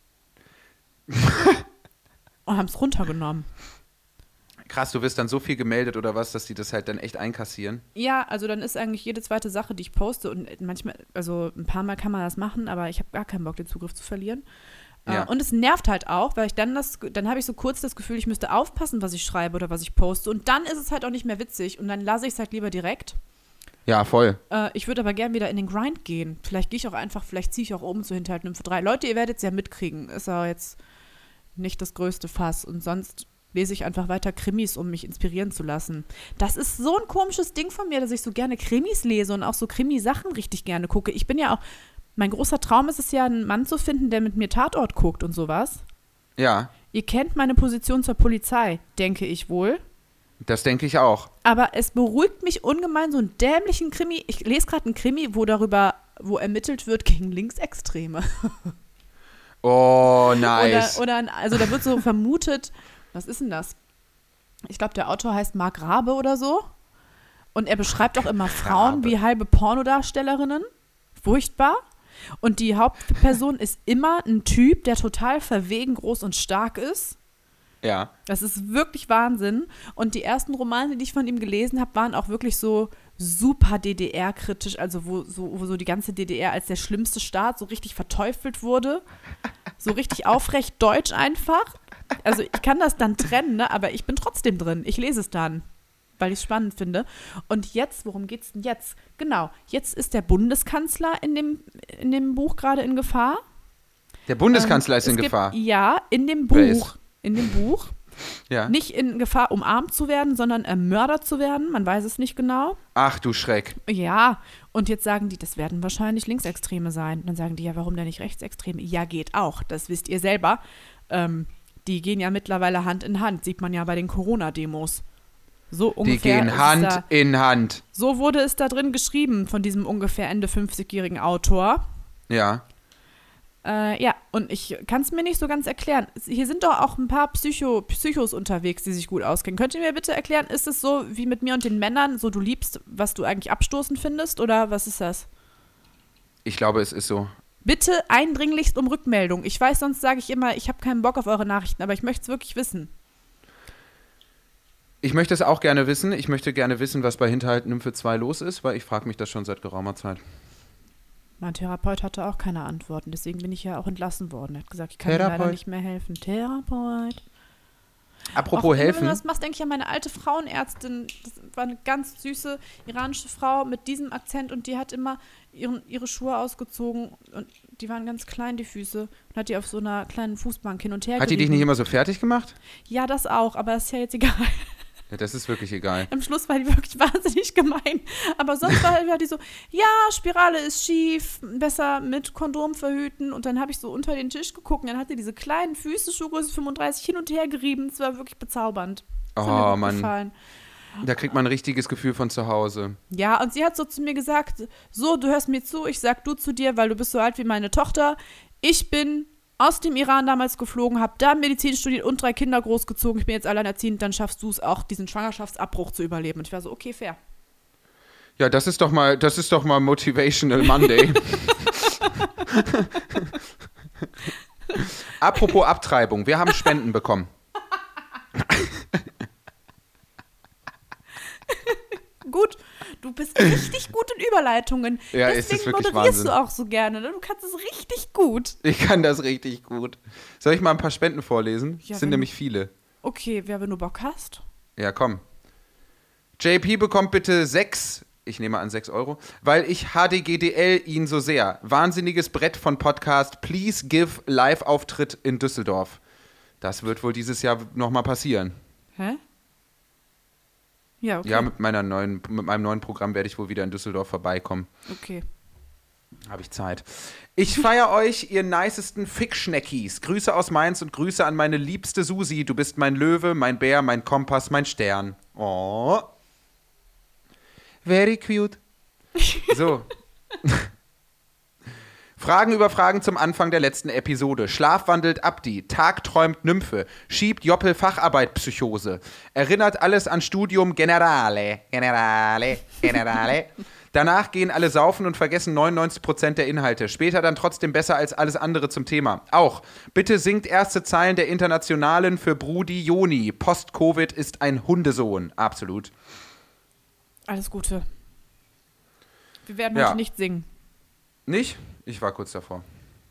Und haben es runtergenommen. Krass, du wirst dann so viel gemeldet oder was, dass die das halt dann echt einkassieren? Ja, also dann ist eigentlich jede zweite Sache, die ich poste und manchmal, also ein paar Mal kann man das machen, aber ich habe gar keinen Bock, den Zugriff zu verlieren. Ja. Äh, und es nervt halt auch, weil ich dann das, dann habe ich so kurz das Gefühl, ich müsste aufpassen, was ich schreibe oder was ich poste und dann ist es halt auch nicht mehr witzig und dann lasse ich es halt lieber direkt. Ja, voll. Äh, ich würde aber gern wieder in den Grind gehen. Vielleicht gehe ich auch einfach, vielleicht ziehe ich auch oben zu Hinterhalt Nymphe drei. Leute, ihr werdet es ja mitkriegen. Ist aber jetzt nicht das größte Fass. Und sonst lese ich einfach weiter Krimis, um mich inspirieren zu lassen. Das ist so ein komisches Ding von mir, dass ich so gerne Krimis lese und auch so Krimi-Sachen richtig gerne gucke. Ich bin ja auch, mein großer Traum ist es ja, einen Mann zu finden, der mit mir Tatort guckt und sowas. Ja, Ihr kennt meine Position zur Polizei, denke ich wohl. das denke ich auch. Aber es beruhigt mich ungemein, so einen dämlichen Krimi. Ich lese gerade einen Krimi, wo darüber, wo ermittelt wird gegen Linksextreme. Oh, nice. Oder, oder, also da wird so vermutet, was ist denn das? Ich glaube, der Autor heißt Mark Rabe oder so. Und er beschreibt auch immer Frauen Rabe. wie halbe Pornodarstellerinnen. Furchtbar. Und die Hauptperson ist immer ein Typ, der total verwegen, groß und stark ist. Ja. Das ist wirklich Wahnsinn. Und die ersten Romane, die ich von ihm gelesen habe, waren auch wirklich so super D D R-kritisch, also wo so, wo so die ganze D D R als der schlimmste Staat so richtig verteufelt wurde. So richtig aufrecht deutsch einfach. Also ich kann das dann trennen, ne? Aber ich bin trotzdem drin. Ich lese es dann, weil ich es spannend finde. Und jetzt, worum geht's denn jetzt? Genau, jetzt ist der Bundeskanzler in dem, in dem Buch gerade in Gefahr. Der Bundeskanzler Ähm, ist in es gibt, Gefahr. Ja, in dem Wer Buch. ist? In dem Buch. Ja. Nicht in Gefahr, umarmt zu werden, sondern ermördert zu werden. Man weiß es nicht genau. Ach du Schreck. Ja, und jetzt sagen die, das werden wahrscheinlich Linksextreme sein. Und dann sagen die, ja, warum denn nicht Rechtsextreme? Ja, geht auch. Das wisst ihr selber. Ähm, die gehen ja mittlerweile Hand in Hand. Sieht man ja bei den Corona-Demos. So Die ungefähr ist gehen es Hand da, in Hand. so wurde es da drin geschrieben von diesem ungefähr Ende fünfzigjährigen Autor. Ja. Äh, ja, und ich kann es mir nicht so ganz erklären. Hier sind doch auch ein paar Psycho, Psychos unterwegs, die sich gut auskennen. Könnt ihr mir bitte erklären, ist es so wie mit mir und den Männern, so du liebst, was du eigentlich abstoßend findest, oder was ist das? Ich glaube, es ist so. Bitte eindringlichst um Rückmeldung. Ich weiß, sonst sage ich immer, ich habe keinen Bock auf eure Nachrichten, aber ich möchte es wirklich wissen. Ich möchte es auch gerne wissen. Ich möchte gerne wissen, was bei Hinterhalt Nymphe zwei los ist, weil ich frage mich das schon seit geraumer Zeit. Mein Therapeut hatte auch keine Antworten, deswegen bin ich ja auch entlassen worden. Er hat gesagt, ich kann dir Therapeut. leider nicht mehr helfen. Therapeut. Apropos Auch, helfen. Wenn du das machst, denke ich an meine alte Frauenärztin. Das war eine ganz süße iranische Frau mit diesem Akzent und die hat immer ihren, ihre Schuhe ausgezogen und die waren ganz klein, die Füße. Und hat die auf so einer kleinen Fußbank hin und her Hat die dich gerieben. nicht immer so fertig gemacht? Ja, das auch, aber das ist ja jetzt egal. Ja, das ist wirklich egal. Am Schluss war die wirklich wahnsinnig gemein. Aber sonst war, war die so, ja, Spirale ist schief, besser mit Kondom verhüten. Und dann habe ich so unter den Tisch geguckt und dann hat sie diese kleinen Füße, Schuhgröße fünfunddreißig, hin und her gerieben. Es war wirklich bezaubernd. Das hat mir Oh, gut Mann. gefallen. Da kriegt man ein richtiges Gefühl von zu Hause. Ja, und sie hat so zu mir gesagt, so, du hörst mir zu, ich sag du zu dir, weil du bist so alt wie meine Tochter. Ich bin aus dem Iran damals geflogen, habe da Medizin studiert und drei Kinder großgezogen. Ich bin jetzt alleinerziehend, dann schaffst du es auch, diesen Schwangerschaftsabbruch zu überleben. Und ich war so, okay, fair. Ja, das ist doch mal, das ist doch mal Motivational Monday. Apropos Abtreibung, wir haben Spenden bekommen. Gut, du bist richtig gut in Überleitungen. Ja, es ist Deswegen wirklich moderierst Wahnsinn. du auch so gerne. Ne? Du kannst es richtig gut. Ich kann das richtig gut. Soll ich mal ein paar Spenden vorlesen? Ja, Es sind wenn- nämlich viele. Okay, wer, wenn du Bock hast. Ja, komm. J P bekommt bitte sechs, ich nehme an sechs Euro, weil ich H D G D L ihn so sehr. Wahnsinniges Brett von Podcast. Please give Live-Auftritt in Düsseldorf. Das wird wohl dieses Jahr nochmal passieren. Hä? Ja, okay. Ja, mit, meiner neuen, mit meinem neuen Programm werde ich wohl wieder in Düsseldorf vorbeikommen. Okay. Habe ich Zeit. Ich feiere euch, ihr nicesten Fickschneckis. Grüße aus Mainz und Grüße an meine liebste Susi. Du bist mein Löwe, mein Bär, mein Kompass, mein Stern. Oh. Very cute. So. Fragen über Fragen zum Anfang der letzten Episode. Schlafwandelt Abdi, tagträumt Nymphe, schiebt Joppel Facharbeit Psychose, erinnert alles an Studium Generale, Generale, Generale. Danach gehen alle saufen und vergessen neunundneunzig Prozent der Inhalte. Später dann trotzdem besser als alles andere zum Thema. Auch, bitte singt erste Zeilen der Internationalen für Brudi Joni. Post-Covid ist ein Hundesohn. Absolut. Alles Gute. Wir werden Ja. heute nicht singen. Nicht? Ich war kurz davor.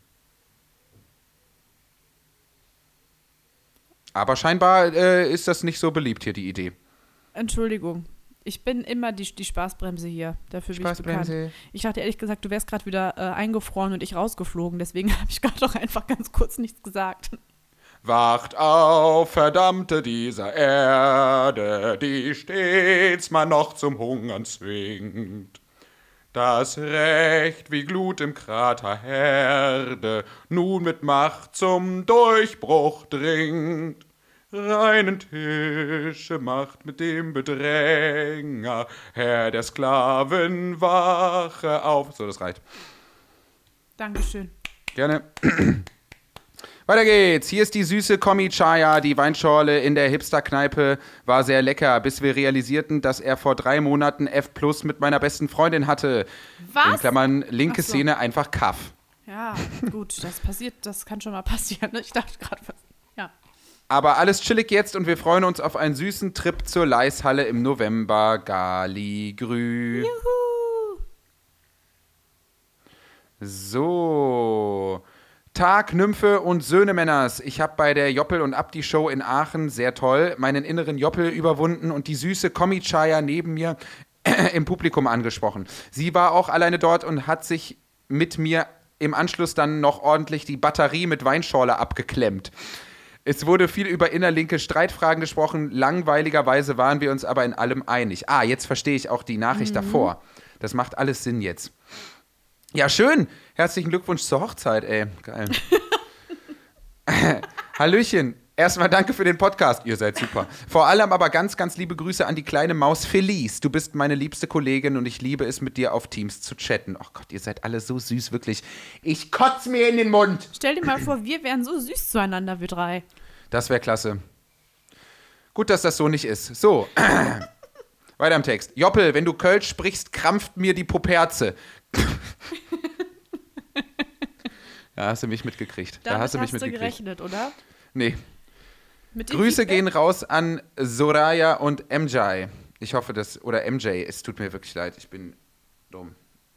Aber scheinbar äh, ist das nicht so beliebt hier, die Idee. Entschuldigung. Ich bin immer die, die Spaßbremse hier. Dafür bin ich Spaßbremse. bekannt. Ich dachte ehrlich gesagt, du wärst gerade wieder äh, eingefroren und ich rausgeflogen. Deswegen habe ich gerade doch einfach ganz kurz nichts gesagt. Wacht auf, Verdammte dieser Erde, die stets man noch zum Hungern zwingt. Das Recht wie Glut im Krater Herde nun mit Macht zum Durchbruch dringt. Reinen Tische macht mit dem Bedränger, Herr der Sklaven, wache auf. So, das reicht. Dankeschön. Gerne. Weiter geht's. Hier ist die süße Kommi-Chaya. Die Weinschorle in der Hipster-Kneipe war sehr lecker, bis wir realisierten, dass er vor drei Monaten F plus mit meiner besten Freundin hatte. Was? In Klammern, linke Ach so. Szene, einfach Kaff. Ja, gut, das passiert, das kann schon mal passieren. Ich dachte gerade, was. Ja. Aber alles chillig jetzt und wir freuen uns auf einen süßen Trip zur Leishalle im November. Galigrü. Juhu. So. Tag, Nymphe und Söhnemänners. Ich habe bei der Joppel und Abdi Show in Aachen, sehr toll, meinen inneren Joppel überwunden und die süße Kommi-Chaya neben mir im Publikum angesprochen. Sie war auch alleine dort und hat sich mit mir im Anschluss dann noch ordentlich die Batterie mit Weinschorle abgeklemmt. Es wurde viel über innerlinke Streitfragen gesprochen. Langweiligerweise waren wir uns aber in allem einig. Ah, jetzt verstehe ich auch die Nachricht davor. Das macht alles Sinn jetzt. Ja, schön. Herzlichen Glückwunsch zur Hochzeit, ey. Geil. Hallöchen. Erstmal danke für den Podcast. Ihr seid super. Vor allem aber ganz, ganz liebe Grüße an die kleine Maus Felice. Du bist meine liebste Kollegin und ich liebe es, mit dir auf Teams zu chatten. Oh Gott, ihr seid alle so süß, wirklich. Ich kotz mir in den Mund. Stell dir mal vor, wir wären so süß zueinander, wir drei. Das wäre klasse. Gut, dass das so nicht ist. So. Weiter im Text. Joppel, wenn du Kölsch sprichst, krampft mir die Poperze. Da hast du mich mitgekriegt. Damit da hast du mich hast mitgekriegt. du gerechnet, oder? Nee. Mit dem Grüße Feedback? gehen raus an Soraya und M J. Ich hoffe, dass. Oder M J, es tut mir wirklich leid, ich bin dumm.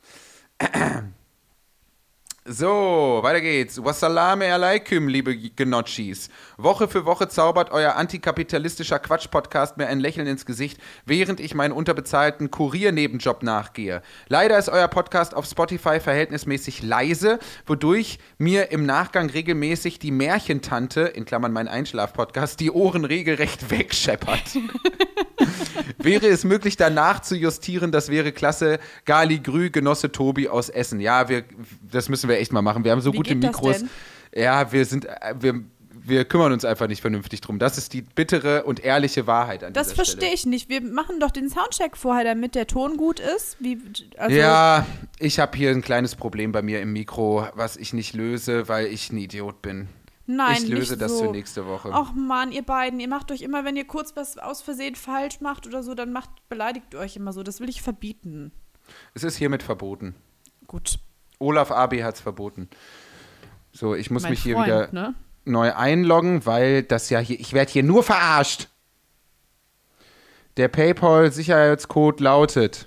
So, weiter geht's. Wassalame alaikum, liebe Genotschis. Woche für Woche zaubert euer antikapitalistischer Quatsch-Podcast mir ein Lächeln ins Gesicht, während ich meinen unterbezahlten Kurier-Nebenjob nachgehe. Leider ist euer Podcast auf Spotify verhältnismäßig leise, wodurch mir im Nachgang regelmäßig die Märchentante, in Klammern mein Einschlaf-Podcast, die Ohren regelrecht wegscheppert. Wäre es möglich, danach zu justieren, das wäre klasse. Galigrü, Genosse Tobi aus Essen. Ja, wir, das müssen wir echt mal machen. Wir haben so Wie gute geht das Mikros. denn? Ja, wir sind, wir, wir kümmern uns einfach nicht vernünftig drum. Das ist die bittere und ehrliche Wahrheit an Das dieser verstehe Stelle. ich nicht. Wir machen doch den Soundcheck vorher, damit der Ton gut ist. Wie, also Ja, ich habe hier ein kleines Problem bei mir im Mikro, was ich nicht löse, weil ich ein Idiot bin. Nein, ich löse nicht das so. für nächste Woche. Ach Mann, ihr beiden, ihr macht euch immer, wenn ihr kurz was aus Versehen falsch macht oder so, dann macht, beleidigt ihr euch immer so. Das will ich verbieten. Es ist hiermit verboten. Gut. Olaf A B hat es verboten. So, ich muss Mein mich hier Freund, wieder ne? neu einloggen, weil das ja hier, ich werde hier nur verarscht. Der PayPal-Sicherheitscode lautet.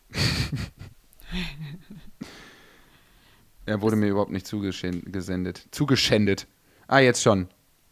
Er wurde mir überhaupt nicht zugesendet. Zugeschändet. Ah, jetzt schon.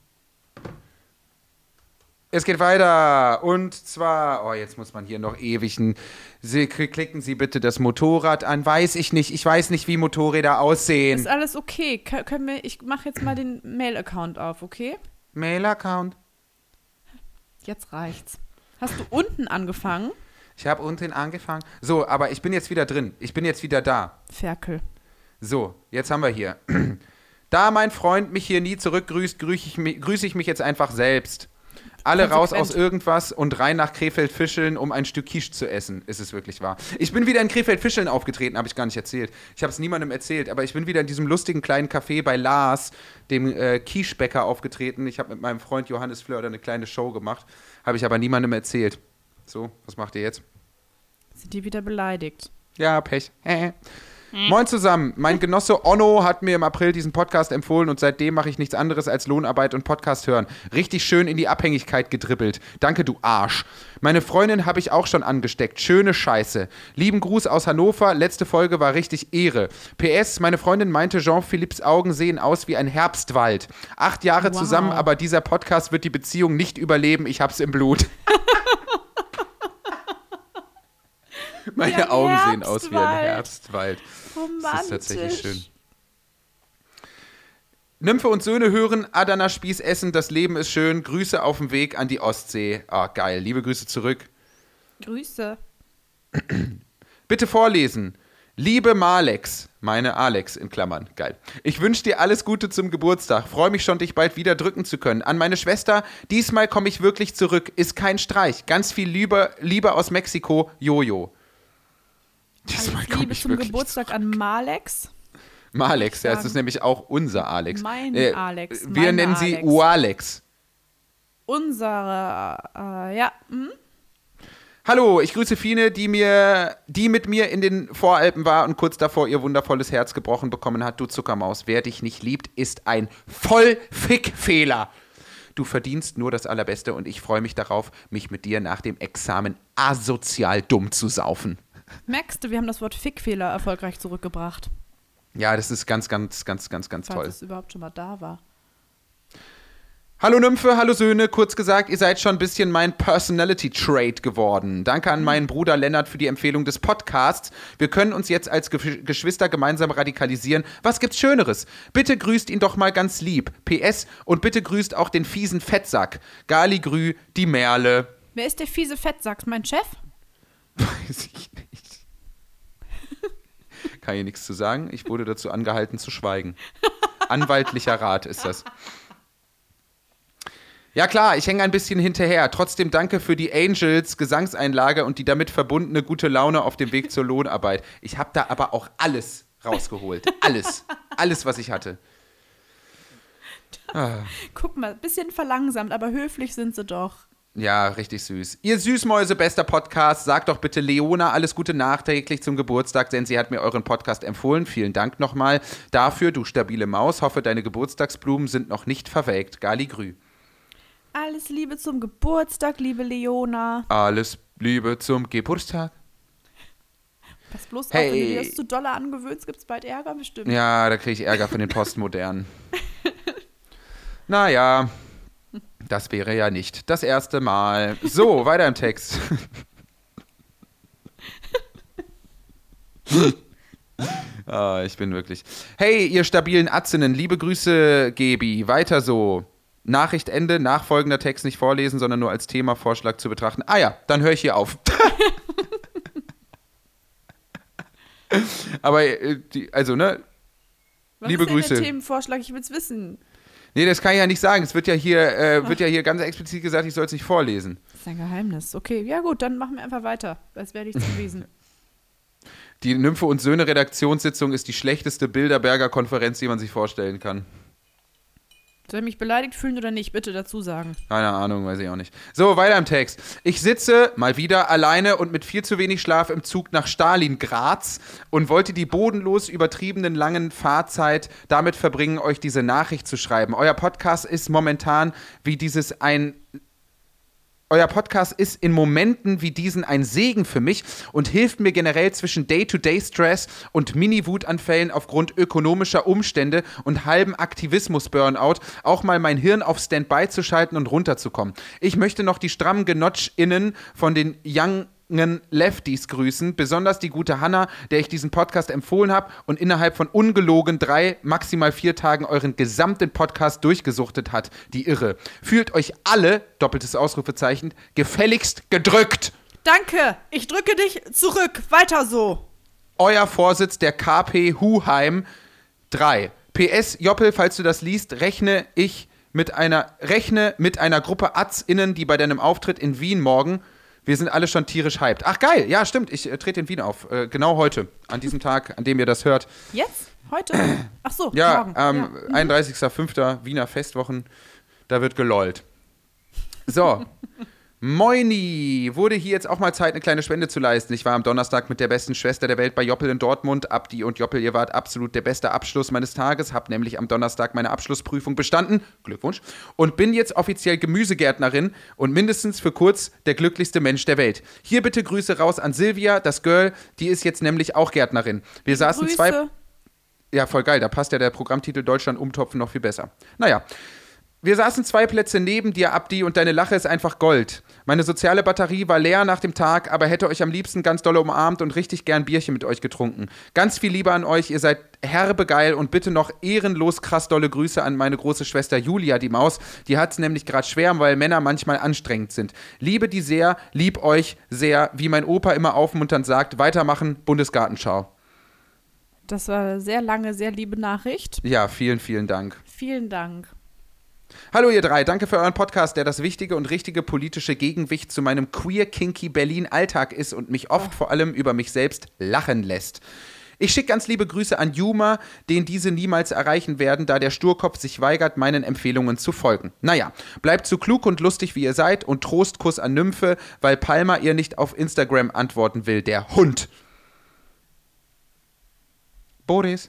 Es geht weiter. Und zwar, oh, jetzt muss man hier noch ewig ein. Sie, klicken Sie bitte das Motorrad an. Weiß ich nicht. Ich weiß nicht, wie Motorräder aussehen. Ist alles okay. Kö- können wir, ich mache jetzt mal den Mail-Account auf, okay? Mail-Account. Jetzt reicht's. Hast du unten angefangen? Ich habe unten angefangen. So, aber ich bin jetzt wieder drin. Ich bin jetzt wieder da. Ferkel. So, jetzt haben wir hier. Da mein Freund mich hier nie zurückgrüßt, grüße ich, mi- grüße ich mich jetzt einfach selbst. Alle raus Konsequent. aus irgendwas und rein nach Krefeld-Fischeln, um ein Stück Quiche zu essen. Ist es wirklich wahr. Ich bin wieder in Krefeld-Fischeln aufgetreten, habe ich gar nicht erzählt. Ich habe es niemandem erzählt, aber ich bin wieder in diesem lustigen kleinen Café bei Lars, dem äh, Quichebäcker, aufgetreten. Ich habe mit meinem Freund Johannes Flörder eine kleine Show gemacht, habe ich aber niemandem erzählt. So, was macht ihr jetzt? Sind die wieder beleidigt? Ja, Pech. Äh. Moin zusammen. Mein Genosse Onno hat mir im April diesen Podcast empfohlen und seitdem mache ich nichts anderes als Lohnarbeit und Podcast hören. Richtig schön in die Abhängigkeit gedribbelt. Danke, du Arsch. Meine Freundin habe ich auch schon angesteckt. Schöne Scheiße. Lieben Gruß aus Hannover. Letzte Folge war richtig Ehre. P S. Meine Freundin meinte, Jean-Philippes Augen sehen aus wie ein Herbstwald. Acht Jahre Wow. zusammen, aber dieser Podcast wird die Beziehung nicht überleben. Ich hab's im Blut. Meine Wie ein Augen sehen aus wie ein Herbstwald. Herbstwald. Romantisch. Das ist tatsächlich schön. Nymphe und Söhne hören, Adana Spieß essen, das Leben ist schön. Grüße auf dem Weg an die Ostsee. Ah, geil. Liebe Grüße zurück. Grüße. Bitte vorlesen. Liebe Malex, meine Alex in Klammern, geil. Ich wünsche dir alles Gute zum Geburtstag. Freue mich schon, dich bald wieder drücken zu können. An meine Schwester, diesmal komme ich wirklich zurück. Ist kein Streich. Ganz viel Liebe, Liebe aus Mexiko, Jojo. Diesmal Alles komm Liebe ich zum wirklich Geburtstag an Malex. Malex, ja, sagen. es ist nämlich auch unser Alex. Mein Äh, Alex, Wir meine nennen sie Alex. Ualex. Unsere, äh, ja, hm? Hallo, ich grüße Fine, die mir, die mit mir in den Voralpen war und kurz davor ihr wundervolles Herz gebrochen bekommen hat. Du Zuckermaus, wer dich nicht liebt, ist ein Vollfickfehler. Du verdienst nur das Allerbeste und ich freue mich darauf, mich mit dir nach dem Examen asozial dumm zu saufen. Merkst du, wir haben das Wort Fickfehler erfolgreich zurückgebracht. Ja, das ist ganz, ganz, ganz, ganz, ganz Falls toll. es überhaupt schon mal da war. Hallo Nymphe, hallo Söhne, kurz gesagt, ihr seid schon ein bisschen mein Personality-Trait geworden. Danke an meinen Bruder Lennart für die Empfehlung des Podcasts. Wir können uns jetzt als Ge- Geschwister gemeinsam radikalisieren. Was gibt's Schöneres? Bitte grüßt ihn doch mal ganz lieb. P S. Und bitte grüßt auch den fiesen Fettsack. Galigrü, die Merle. Wer ist der fiese Fettsack? Mein Chef? Weiß ich nicht. Kann hier nichts zu sagen. Ich wurde dazu angehalten zu schweigen. Anwaltlicher Rat ist das. Ja klar, ich hänge ein bisschen hinterher. Trotzdem danke für die Angels Gesangseinlage und die damit verbundene gute Laune auf dem Weg zur Lohnarbeit. Ich habe da aber auch alles rausgeholt. Alles. Alles, was ich hatte. Ah. Guck mal, bisschen verlangsamt, aber höflich sind sie doch. Ja, richtig süß. Ihr Süßmäuse, bester Podcast, sagt doch bitte Leona alles Gute nachträglich zum Geburtstag, denn sie hat mir euren Podcast empfohlen. Vielen Dank nochmal dafür, du stabile Maus. Hoffe, deine Geburtstagsblumen sind noch nicht verwelkt. Galigrü. Alles Liebe zum Geburtstag, liebe Leona. Alles Liebe zum Geburtstag. Pass bloß Hey. auf, wenn du dir das zu doll angewöhnst, gibt's bald Ärger bestimmt. Ja, da kriege ich Ärger von den Postmodernen. Naja, das wäre ja nicht das erste Mal. So, weiter im Text. Ah, ich bin wirklich. Hey, ihr stabilen Atzinnen, liebe Grüße, Gebi. Weiter so. Nachricht Ende, nachfolgender Text nicht vorlesen, sondern nur als Themavorschlag zu betrachten. Ah ja, dann höre ich hier auf. Aber, äh, die, also, ne? Was liebe ist denn Grüße. der Themenvorschlag? Ich will's wissen. Nee, das kann ich ja nicht sagen. Es wird ja hier, äh, wird ja hier ganz explizit gesagt, ich soll es nicht vorlesen. Das ist ein Geheimnis. Okay, ja gut, dann machen wir einfach weiter. Als wäre nichts gewesen. Die Nymphe und Söhne Redaktionssitzung ist die schlechteste Bilderberger Konferenz, die man sich vorstellen kann. Soll ich mich beleidigt fühlen oder nicht? Bitte dazu sagen. Keine Ahnung, weiß ich auch nicht. So, weiter im Text. Ich sitze mal wieder alleine und mit viel zu wenig Schlaf im Zug nach Stalingrad und wollte die bodenlos übertriebenen langen Fahrzeit damit verbringen, euch diese Nachricht zu schreiben. Euer Podcast ist momentan wie dieses ein... Euer Podcast ist in Momenten wie diesen ein Segen für mich und hilft mir generell zwischen Day-to-Day-Stress und Mini-Wutanfällen aufgrund ökonomischer Umstände und halben Aktivismus-Burnout auch mal mein Hirn auf Standby zu schalten und runterzukommen. Ich möchte noch die strammen GenotschInnen von den Young Lefties grüßen, besonders die gute Hanna, der ich diesen Podcast empfohlen habe und innerhalb von ungelogen drei, maximal vier Tagen euren gesamten Podcast durchgesuchtet hat. Die Irre. Fühlt euch alle, doppeltes Ausrufezeichen, gefälligst gedrückt. Danke, ich drücke dich zurück. Weiter so. Euer Vorsitz der K P Huheim drei. P S, Joppel, falls du das liest, rechne ich mit einer, rechne mit einer Gruppe AtzInnen, die bei deinem Auftritt in Wien morgen. Wir sind alle schon tierisch hyped. Ach geil, ja stimmt, ich äh, trete in Wien auf. Äh, genau heute, an diesem Tag, an dem ihr das hört. Jetzt? Heute? Ach so, ja, morgen. Ähm, ja, mhm. einunddreißigster fünfter Wiener Festwochen, da wird gelollt. So, Moini, wurde hier jetzt auch mal Zeit, eine kleine Spende zu leisten. Ich war am Donnerstag mit der besten Schwester der Welt bei Joppel in Dortmund. Abdi und Joppel, ihr wart absolut der beste Abschluss meines Tages. Hab nämlich am Donnerstag meine Abschlussprüfung bestanden. Glückwunsch. Und bin jetzt offiziell Gemüsegärtnerin und mindestens für kurz der glücklichste Mensch der Welt. Hier bitte Grüße raus an Silvia, das Girl. Die ist jetzt nämlich auch Gärtnerin. Wir saßen Grüße. zwei... Ja, voll geil. Da passt ja der Programmtitel Deutschland umtopfen noch viel besser. Naja. Wir saßen zwei Plätze neben dir, Abdi, und deine Lache ist einfach Gold. Meine soziale Batterie war leer nach dem Tag, aber hätte euch am liebsten ganz dolle umarmt und richtig gern Bierchen mit euch getrunken. Ganz viel Liebe an euch, ihr seid herbe geil und bitte noch ehrenlos krass dolle Grüße an meine große Schwester Julia, die Maus. Die hat's nämlich gerade schwer, weil Männer manchmal anstrengend sind. Liebe die sehr, lieb euch sehr, wie mein Opa immer aufmunternd sagt, weitermachen, Bundesgartenschau. Das war eine sehr lange, sehr liebe Nachricht. Ja, vielen, vielen Dank. Vielen Dank. Hallo ihr drei, danke für euren Podcast, der das wichtige und richtige politische Gegengewicht zu meinem queer-kinky-Berlin-Alltag ist und mich oft oh. vor allem über mich selbst lachen lässt. Ich schicke ganz liebe Grüße an Juma, den diese niemals erreichen werden, da der Sturkopf sich weigert, meinen Empfehlungen zu folgen. Naja, bleibt so klug und lustig, wie ihr seid und Trostkuss an Nymphe, weil Palmer ihr nicht auf Instagram antworten will, der Hund. Boris.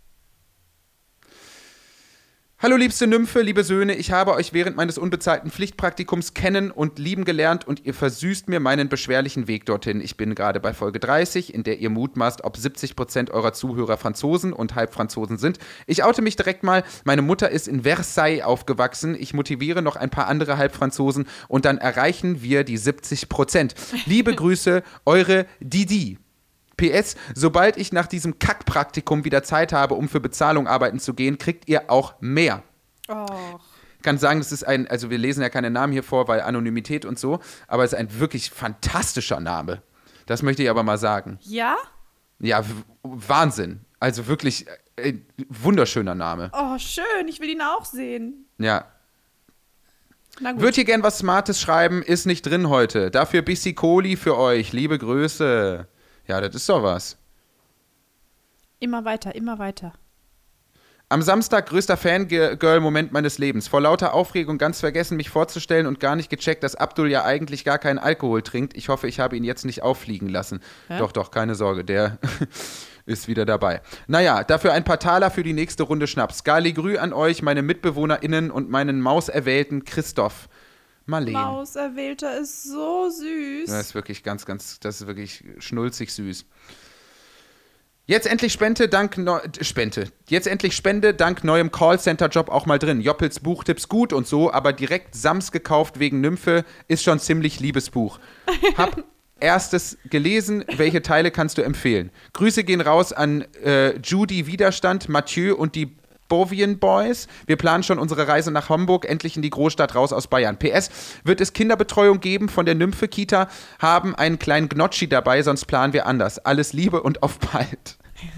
Hallo liebste Nymphe, liebe Söhne, ich habe euch während meines unbezahlten Pflichtpraktikums kennen und lieben gelernt und ihr versüßt mir meinen beschwerlichen Weg dorthin. Ich bin gerade bei Folge dreißig, in der ihr mutmaßt, ob siebzig Prozent eurer Zuhörer Franzosen und Halbfranzosen sind. Ich oute mich direkt mal, meine Mutter ist in Versailles aufgewachsen, ich motiviere noch ein paar andere Halbfranzosen und dann erreichen wir die siebzig Prozent. Liebe Grüße, eure Didi. P S, sobald ich nach diesem Kackpraktikum wieder Zeit habe, um für Bezahlung arbeiten zu gehen, kriegt ihr auch mehr. Oh. Ich kann sagen, das ist ein, also wir lesen ja keine Namen hier vor, weil Anonymität und so, aber es ist ein wirklich fantastischer Name. Das möchte ich aber mal sagen. Ja? Ja, w- Wahnsinn. Also wirklich äh, wunderschöner Name. Oh, schön. Ich will ihn auch sehen. Ja. Na gut. Würdet ihr gern was Smartes schreiben? Ist nicht drin heute. Dafür Bissi Kohli für euch. Liebe Grüße. Ja, das ist doch was. Immer weiter, immer weiter. Am Samstag größter Fangirl-Moment meines Lebens. Vor lauter Aufregung ganz vergessen, mich vorzustellen und gar nicht gecheckt, dass Abdul ja eigentlich gar keinen Alkohol trinkt. Ich hoffe, ich habe ihn jetzt nicht auffliegen lassen. Hä? Doch, doch, keine Sorge, der ist wieder dabei. Naja, dafür ein paar Taler für die nächste Runde Schnaps. Galigrü an euch, meine MitbewohnerInnen und meinen Mauserwählten Christoph. Marleen. Mauserwählter ist so süß. Das ist wirklich ganz, ganz, das ist wirklich schnulzig süß. Jetzt endlich Spende dank Neu- Spende. Jetzt endlich Spende dank neuem Callcenter-Job auch mal drin. Joppels Buchtipps gut und so, aber direkt Sams gekauft wegen Nymphe ist schon ziemlich liebes Buch. Hab erstes gelesen, welche Teile kannst du empfehlen? Grüße gehen raus an äh, Judy Widerstand, Mathieu und die Bovian Boys. Wir planen schon unsere Reise nach Homburg, endlich in die Großstadt raus aus Bayern. P S, wird es Kinderbetreuung geben von der Nymphe-Kita? Haben einen kleinen Gnocchi dabei, sonst planen wir anders. Alles Liebe und auf bald.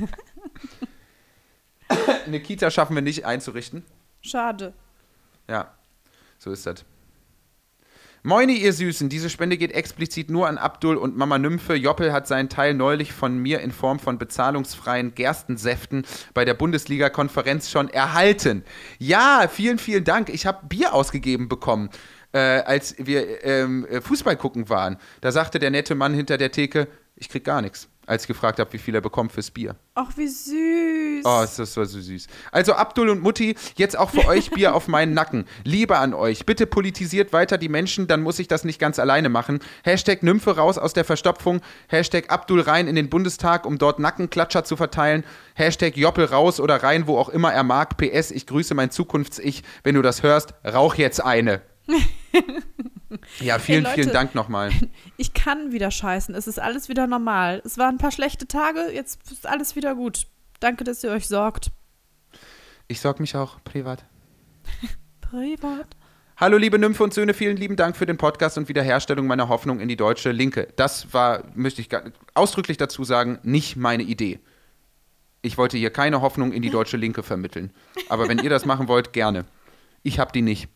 Eine Kita schaffen wir nicht einzurichten. Schade. Ja, so ist das. Moini, ihr Süßen, diese Spende geht explizit nur an Abdul und Mama Nymphe. Joppel hat seinen Teil neulich von mir in Form von bezahlungsfreien Gerstensäften bei der Bundesliga-Konferenz schon erhalten. Ja, vielen, vielen Dank. Ich habe Bier ausgegeben bekommen, äh, als wir ähm, Fußball gucken waren. Da sagte der nette Mann hinter der Theke, ich krieg gar nichts, als ich gefragt habe, wie viel er bekommt fürs Bier. Ach, wie süß. Oh, das war so süß. Also Abdul und Mutti, jetzt auch für euch Bier auf meinen Nacken. Liebe an euch. Bitte politisiert weiter die Menschen, dann muss ich das nicht ganz alleine machen. Hashtag Nymphe raus aus der Verstopfung. Hashtag Abdul rein in den Bundestag, um dort Nackenklatscher zu verteilen. Hashtag Joppel raus oder rein, wo auch immer er mag. P S, ich grüße mein Zukunfts-Ich. Wenn du das hörst, rauch jetzt eine. Ja, vielen, Hey, Leute, vielen Dank nochmal. Ich kann wieder scheißen. Es ist alles wieder normal. Es waren ein paar schlechte Tage, jetzt ist alles wieder gut. Danke, dass ihr euch sorgt. Ich sorge mich auch privat. Privat. Hallo liebe Nymphe und Söhne, vielen lieben Dank für den Podcast und Wiederherstellung meiner Hoffnung in die deutsche Linke. Das war, möchte ich gar- ausdrücklich dazu sagen, nicht meine Idee. Ich wollte hier keine Hoffnung in die deutsche Linke vermitteln. Aber wenn ihr das machen wollt, gerne. Ich hab die nicht.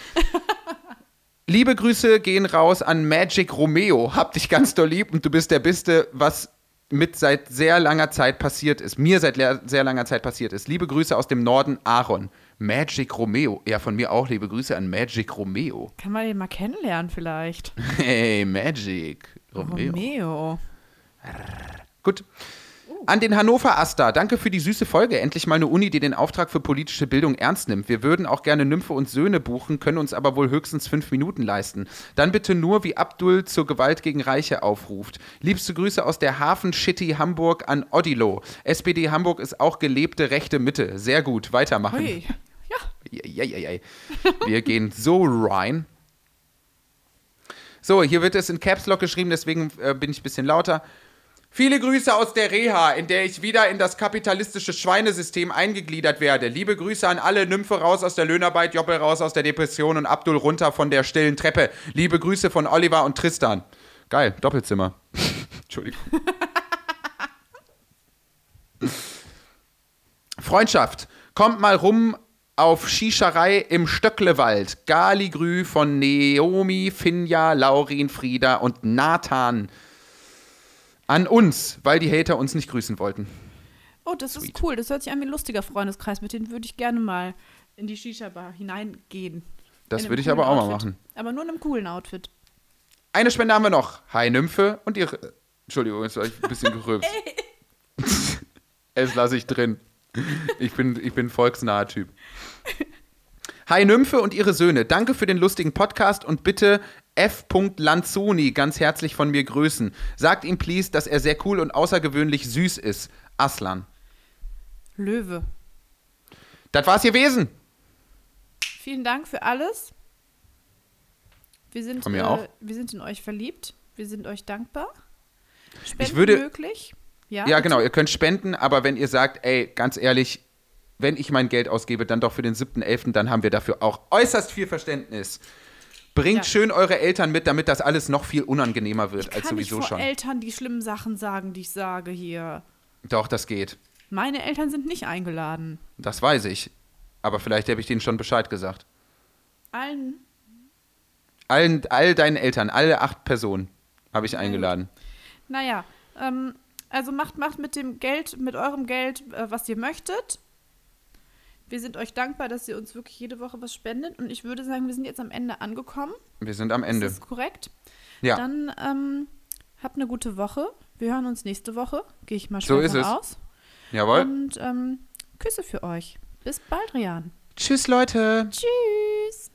Liebe Grüße gehen raus an Magic Romeo. Hab dich ganz doll lieb und du bist der Beste, was mit seit sehr langer Zeit passiert ist. Mir seit le- sehr langer Zeit passiert ist. Liebe Grüße aus dem Norden, Aaron. Magic Romeo. Ja, von mir auch liebe Grüße an Magic Romeo. Kann man den mal kennenlernen vielleicht? Hey, Magic Romeo. Romeo. Gut. An den Hannover Asta, danke für die süße Folge. Endlich mal eine Uni, die den Auftrag für politische Bildung ernst nimmt. Wir würden auch gerne Nymphe und Söhne buchen, können uns aber wohl höchstens fünf Minuten leisten. Dann bitte nur, wie Abdul zur Gewalt gegen Reiche aufruft. Liebste Grüße aus der Hafen-Shitty Hamburg an Odilo. S P D Hamburg ist auch gelebte rechte Mitte. Sehr gut, weitermachen. Hui. Ja. Ja, ja, ja, ja. Wir gehen so rein. So, hier wird es in Caps Lock geschrieben, deswegen äh, bin ich ein bisschen lauter. Viele Grüße aus der Reha, in der ich wieder in das kapitalistische Schweinesystem eingegliedert werde. Liebe Grüße an alle, Nymphe raus aus der Löhnarbeit, Joppel raus aus der Depression und Abdul runter von der stillen Treppe. Liebe Grüße von Oliver und Tristan. Geil, Doppelzimmer. Entschuldigung. Freundschaft, kommt mal rum auf Schischerei im Stöcklewald. Galigrü von Naomi, Finja, Laurin, Frieda und Nathan. An uns, weil die Hater uns nicht grüßen wollten. Oh, das Sweet. ist cool. Das hört sich an wie ein lustiger Freundeskreis. Mit denen würde ich gerne mal in die Shisha-Bar hineingehen. Das In einem würde ich coolen aber auch mal Outfit. machen. Aber nur in einem coolen Outfit. Eine Spende haben wir noch. Hi Nymphe und ihre... Entschuldigung, jetzt war ich ein bisschen gerülpst. Es lasse ich drin. Ich bin, ich bin ein volksnaher Typ. Hi Nymphe und ihre Söhne. Danke für den lustigen Podcast und bitte F. Lanzoni ganz herzlich von mir grüßen. Sagt ihm please, dass er sehr cool und außergewöhnlich süß ist. Aslan. Löwe. Das war's gewesen. Vielen Dank für alles. Wir sind, Von mir äh, auch. wir sind in euch verliebt. Wir sind euch dankbar. Spenden Ich würde- möglich. Ja, Ja, bitte? genau, ihr könnt spenden, aber wenn ihr sagt, ey, ganz ehrlich, wenn ich mein Geld ausgebe, dann doch für den siebten elften, dann haben wir dafür auch äußerst viel Verständnis. Bringt Ja. schön eure Eltern mit, damit das alles noch viel unangenehmer wird Ich als kann nicht sowieso vor schon. Eltern die schlimmen Sachen sagen, die ich sage hier. Doch, das geht. Meine Eltern sind nicht eingeladen. Das weiß ich. Aber vielleicht habe ich denen schon Bescheid gesagt. Allen. Allen, all deinen Eltern, alle acht Personen habe ich eingeladen. Naja, ähm, also macht, macht mit dem Geld, mit eurem Geld, äh, was ihr möchtet. Wir sind euch dankbar, dass ihr uns wirklich jede Woche was spendet. Und ich würde sagen, wir sind jetzt am Ende angekommen. Wir sind am Ende. Ist das korrekt? Ja, Dann ähm, habt eine gute Woche. Wir hören uns nächste Woche. Gehe ich mal So schwer ist von es. aus. jawohl. Und ähm, Küsse für euch. Bis bald, Rian. Tschüss, Leute. Tschüss.